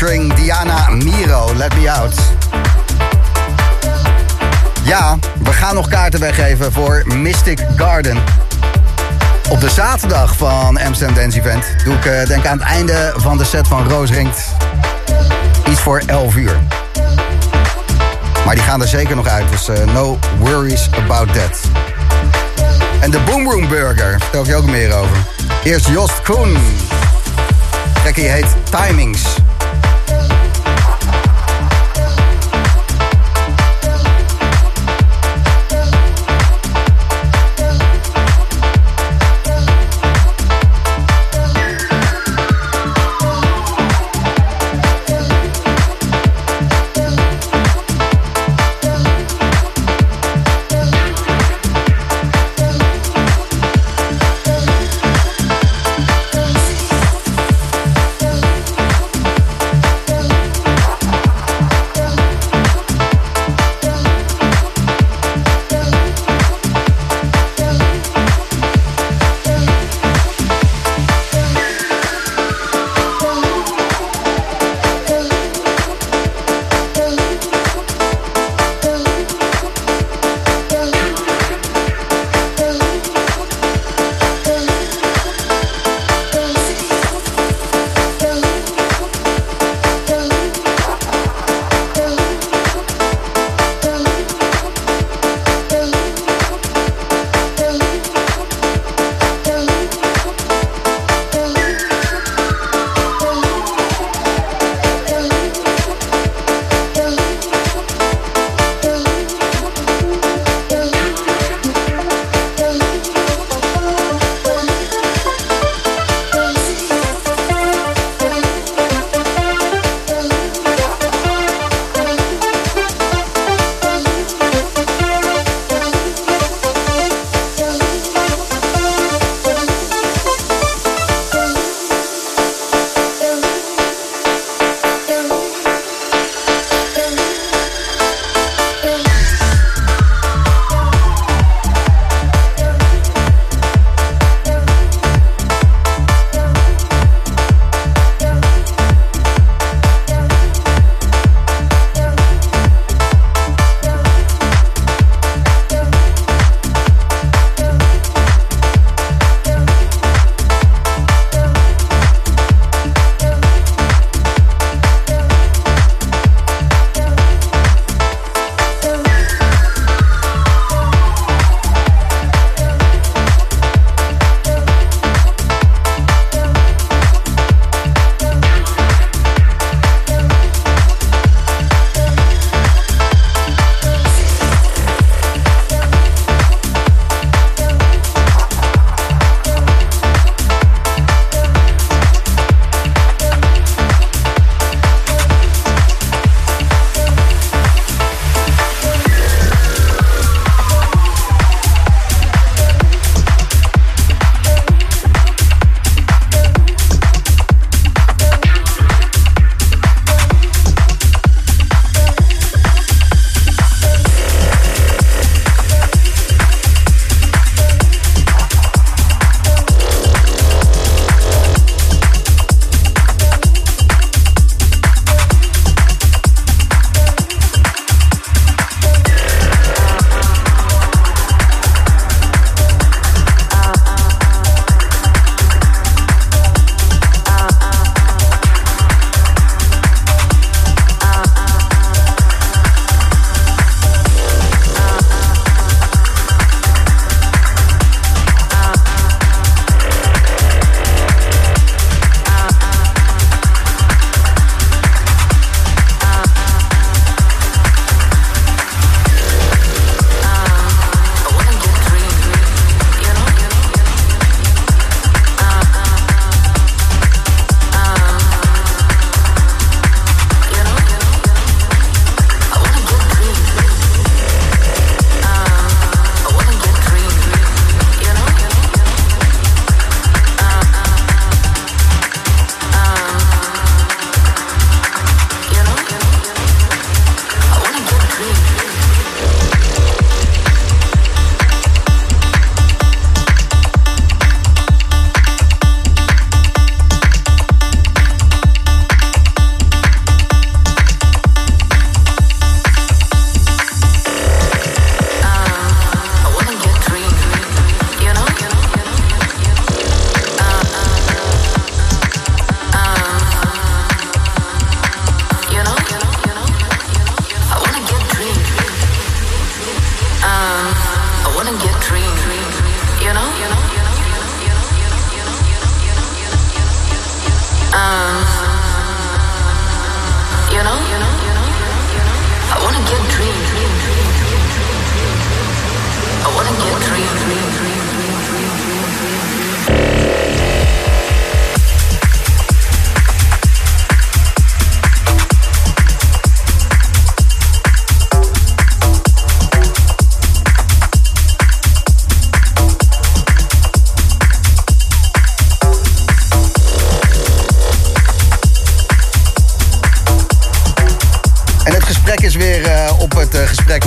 featuring Diana Miro, Let Me Out. Ja, we gaan nog kaarten weggeven voor Mystic Garden. Op de zaterdag van Amsterdam Dance Event doe ik denk aan het einde van de set van Roos Ringt. Iets voor 11 uur. Maar die gaan er zeker nog uit, dus no worries about that. En de Boom Room Burger, daar vertel ik je ook meer over. Eerst Jost Koen. Trekkie heet Timings.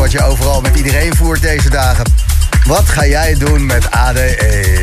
wat je overal met iedereen voert deze dagen. Wat ga jij doen met ADE?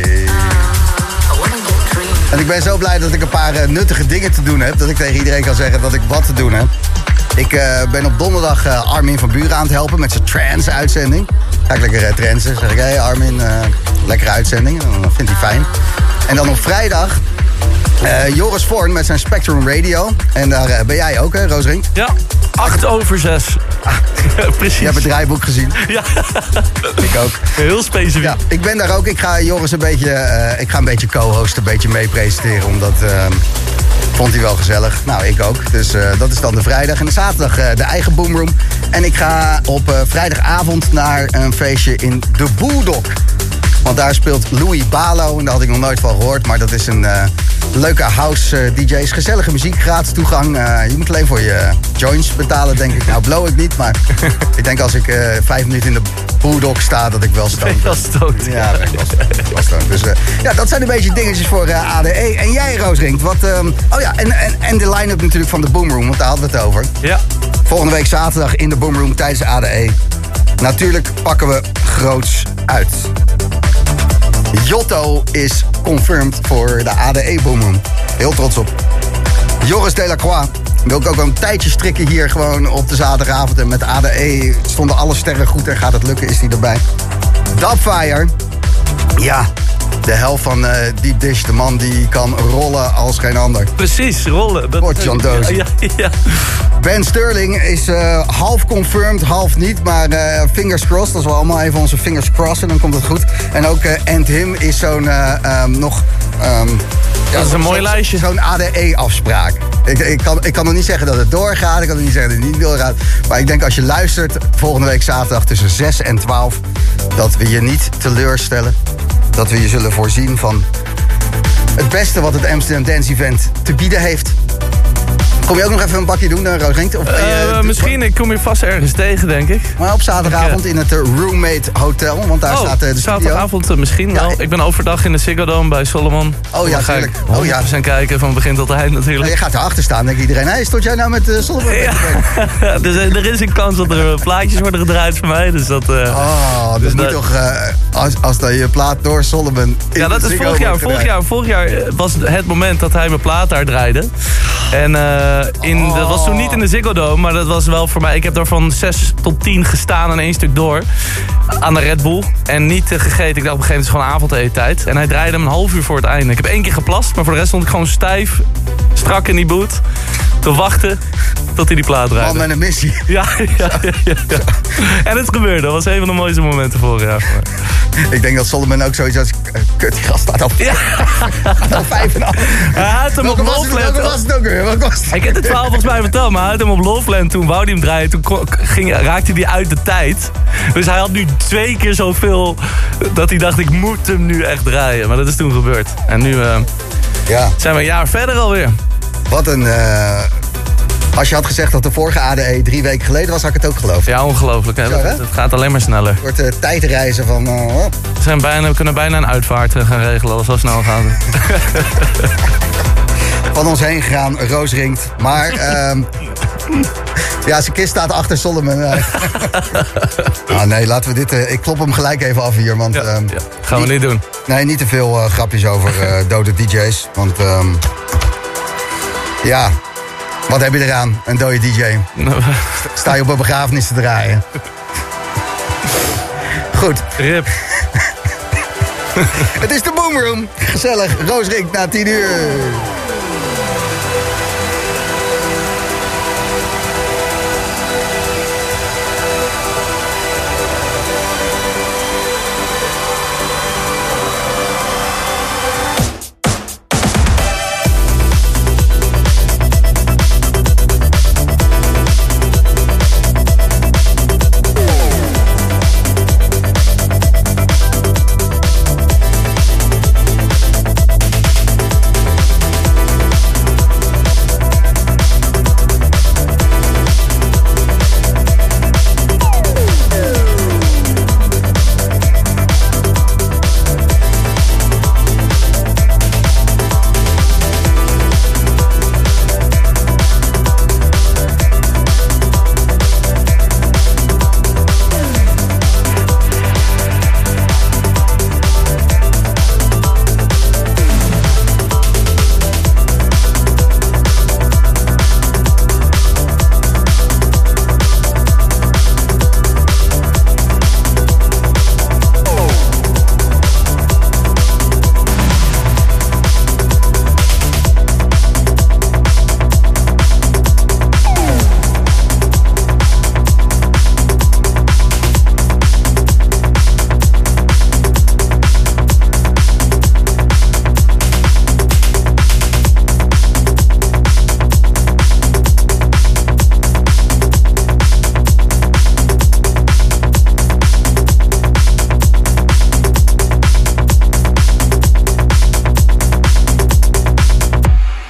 En ik ben zo blij dat ik een paar nuttige dingen te doen heb. Dat ik tegen iedereen kan zeggen dat ik wat te doen heb. Ik ben op donderdag Armin van Buren aan het helpen met zijn trance-uitzending. Ga ik lekker transen. Zeg ik, hey Armin, lekkere uitzending. En dan vindt hij fijn. En dan op vrijdag Joris Voorn met zijn Spectrum Radio. En daar ben jij ook, hè, Roosrink? Ja, 6:08. Precies. Je hebt het draaiboek gezien. Ja. Ik ook. Heel specifiek. Ja, ik ben daar ook. Ik ga Joris een beetje co-hosten, een beetje mee presenteren. Omdat vond hij wel gezellig. Nou, ik ook. Dus dat is dan de vrijdag. En de zaterdag de eigen Boomroom. En ik ga op vrijdagavond naar een feestje in de Bulldog. Want daar speelt Louis Balo. En daar had ik nog nooit van gehoord. Maar dat is een leuke house DJ's. Gezellige muziek, gratis toegang. Je moet alleen voor je joints betalen, denk ik. Nou, blow ik niet. Maar ik denk als ik 5 minuten in de Bulldog sta, dat ik wel stoned ben. Ja, ben ik wel stoned. Dus ja, dat zijn een beetje dingetjes voor ADE. En jij, Roosrink, wat... oh ja, en de line-up natuurlijk van de Boomroom. Want daar hadden we het over. Ja. Volgende week zaterdag in de Boomroom tijdens de ADE. Natuurlijk pakken we groots uit. Jotto is confirmed voor de ADE Boomroom. Heel trots op. Joris Delacroix wil ik ook een tijdje strikken hier gewoon op de zaterdagavond. En met ADE stonden alle sterren goed en gaat het lukken, is hij erbij. Dubfire. Ja, de helft van Deep Dish, de man die kan rollen als geen ander. Precies, rollen. Wordt John Dozy. Ja. Ben Sterling is half confirmed, half niet. Maar fingers crossed, als we allemaal even onze fingers crossen, dan komt het goed. En ook And Him is zo'n nog... dat is een mooi lijstje. Zo'n ADE-afspraak. Ik kan nog niet zeggen dat het doorgaat. Ik kan nog niet zeggen dat het niet doorgaat. Maar ik denk als je luistert volgende week zaterdag tussen 6 en 12... dat we je niet teleurstellen. Dat we je zullen voorzien van het beste wat het Amsterdam Dance Event te bieden heeft. Kom je ook nog even een bakje doen, Roosrink? Misschien, ik kom je vast ergens tegen, denk ik. Maar op zaterdagavond in het Roommate Hotel, want daar staat de studio. Zaterdagavond misschien wel. Ik ben overdag in de Ziggo Dome bij Solomon. Oh ja, tuurlijk. Oh ja. We zijn kijken van begin tot eind natuurlijk. Nou, je gaat erachter staan, denk iedereen. Hey, stond jij nou met Solomon? Ja. Dus er is een kans dat er plaatjes worden gedraaid voor mij. Dus dat... dus moet toch... als dat je plaat door Solomon... Ja, dat is vorig jaar was het moment dat hij mijn plaat daar draaide. En... dat was toen niet in de Ziggo Dome, maar dat was wel voor mij... Ik heb daar van 6 tot 10 gestaan en 1 stuk door. Aan de Red Bull. En niet gegeten. Ik dacht op een gegeven moment is het gewoon avondetenstijd. En hij draaide hem een half uur voor het einde. Ik heb 1 keer geplast, maar voor de rest stond ik gewoon stijf, strak in die boot. Te wachten tot hij die plaat draaide. Man met een missie. Ja. En het gebeurde. Dat was een van de mooiste momenten vorig jaar. Ik denk dat Solomon ook zoiets als... Kut, die gast staat al 5,5. Hij had hem op Loveland. Welke was het ook weer? Ik heb het verhaal volgens mij verteld, maar hij had hem op Loveland. Toen wou hij hem draaien. Toen raakte hij uit de tijd. Dus hij had nu 2 keer zoveel dat hij dacht, ik moet hem nu echt draaien. Maar dat is toen gebeurd. En nu zijn we een jaar verder alweer. Wat een... Als je had gezegd dat de vorige ADE 3 weken geleden was, had ik het ook geloofd. Ja, ongelooflijk. Hè? Het gaat alleen maar sneller. Het wordt tijdreizen van... We kunnen bijna een uitvaart gaan regelen als het zo snel gaat. Van ons heen gegaan, Roosrink. Maar... ja, zijn kist staat achter Solomon. Nee, laten we dit... ik klop hem gelijk even af hier, want... gaan we niet doen. Nee, niet te veel grapjes over dode DJ's. Want... ja... Wat heb je eraan, een dode DJ? Sta je op een begrafenis te draaien. Goed. Rip. Het is de Boomroom. Gezellig. Roosrink na 10 uur.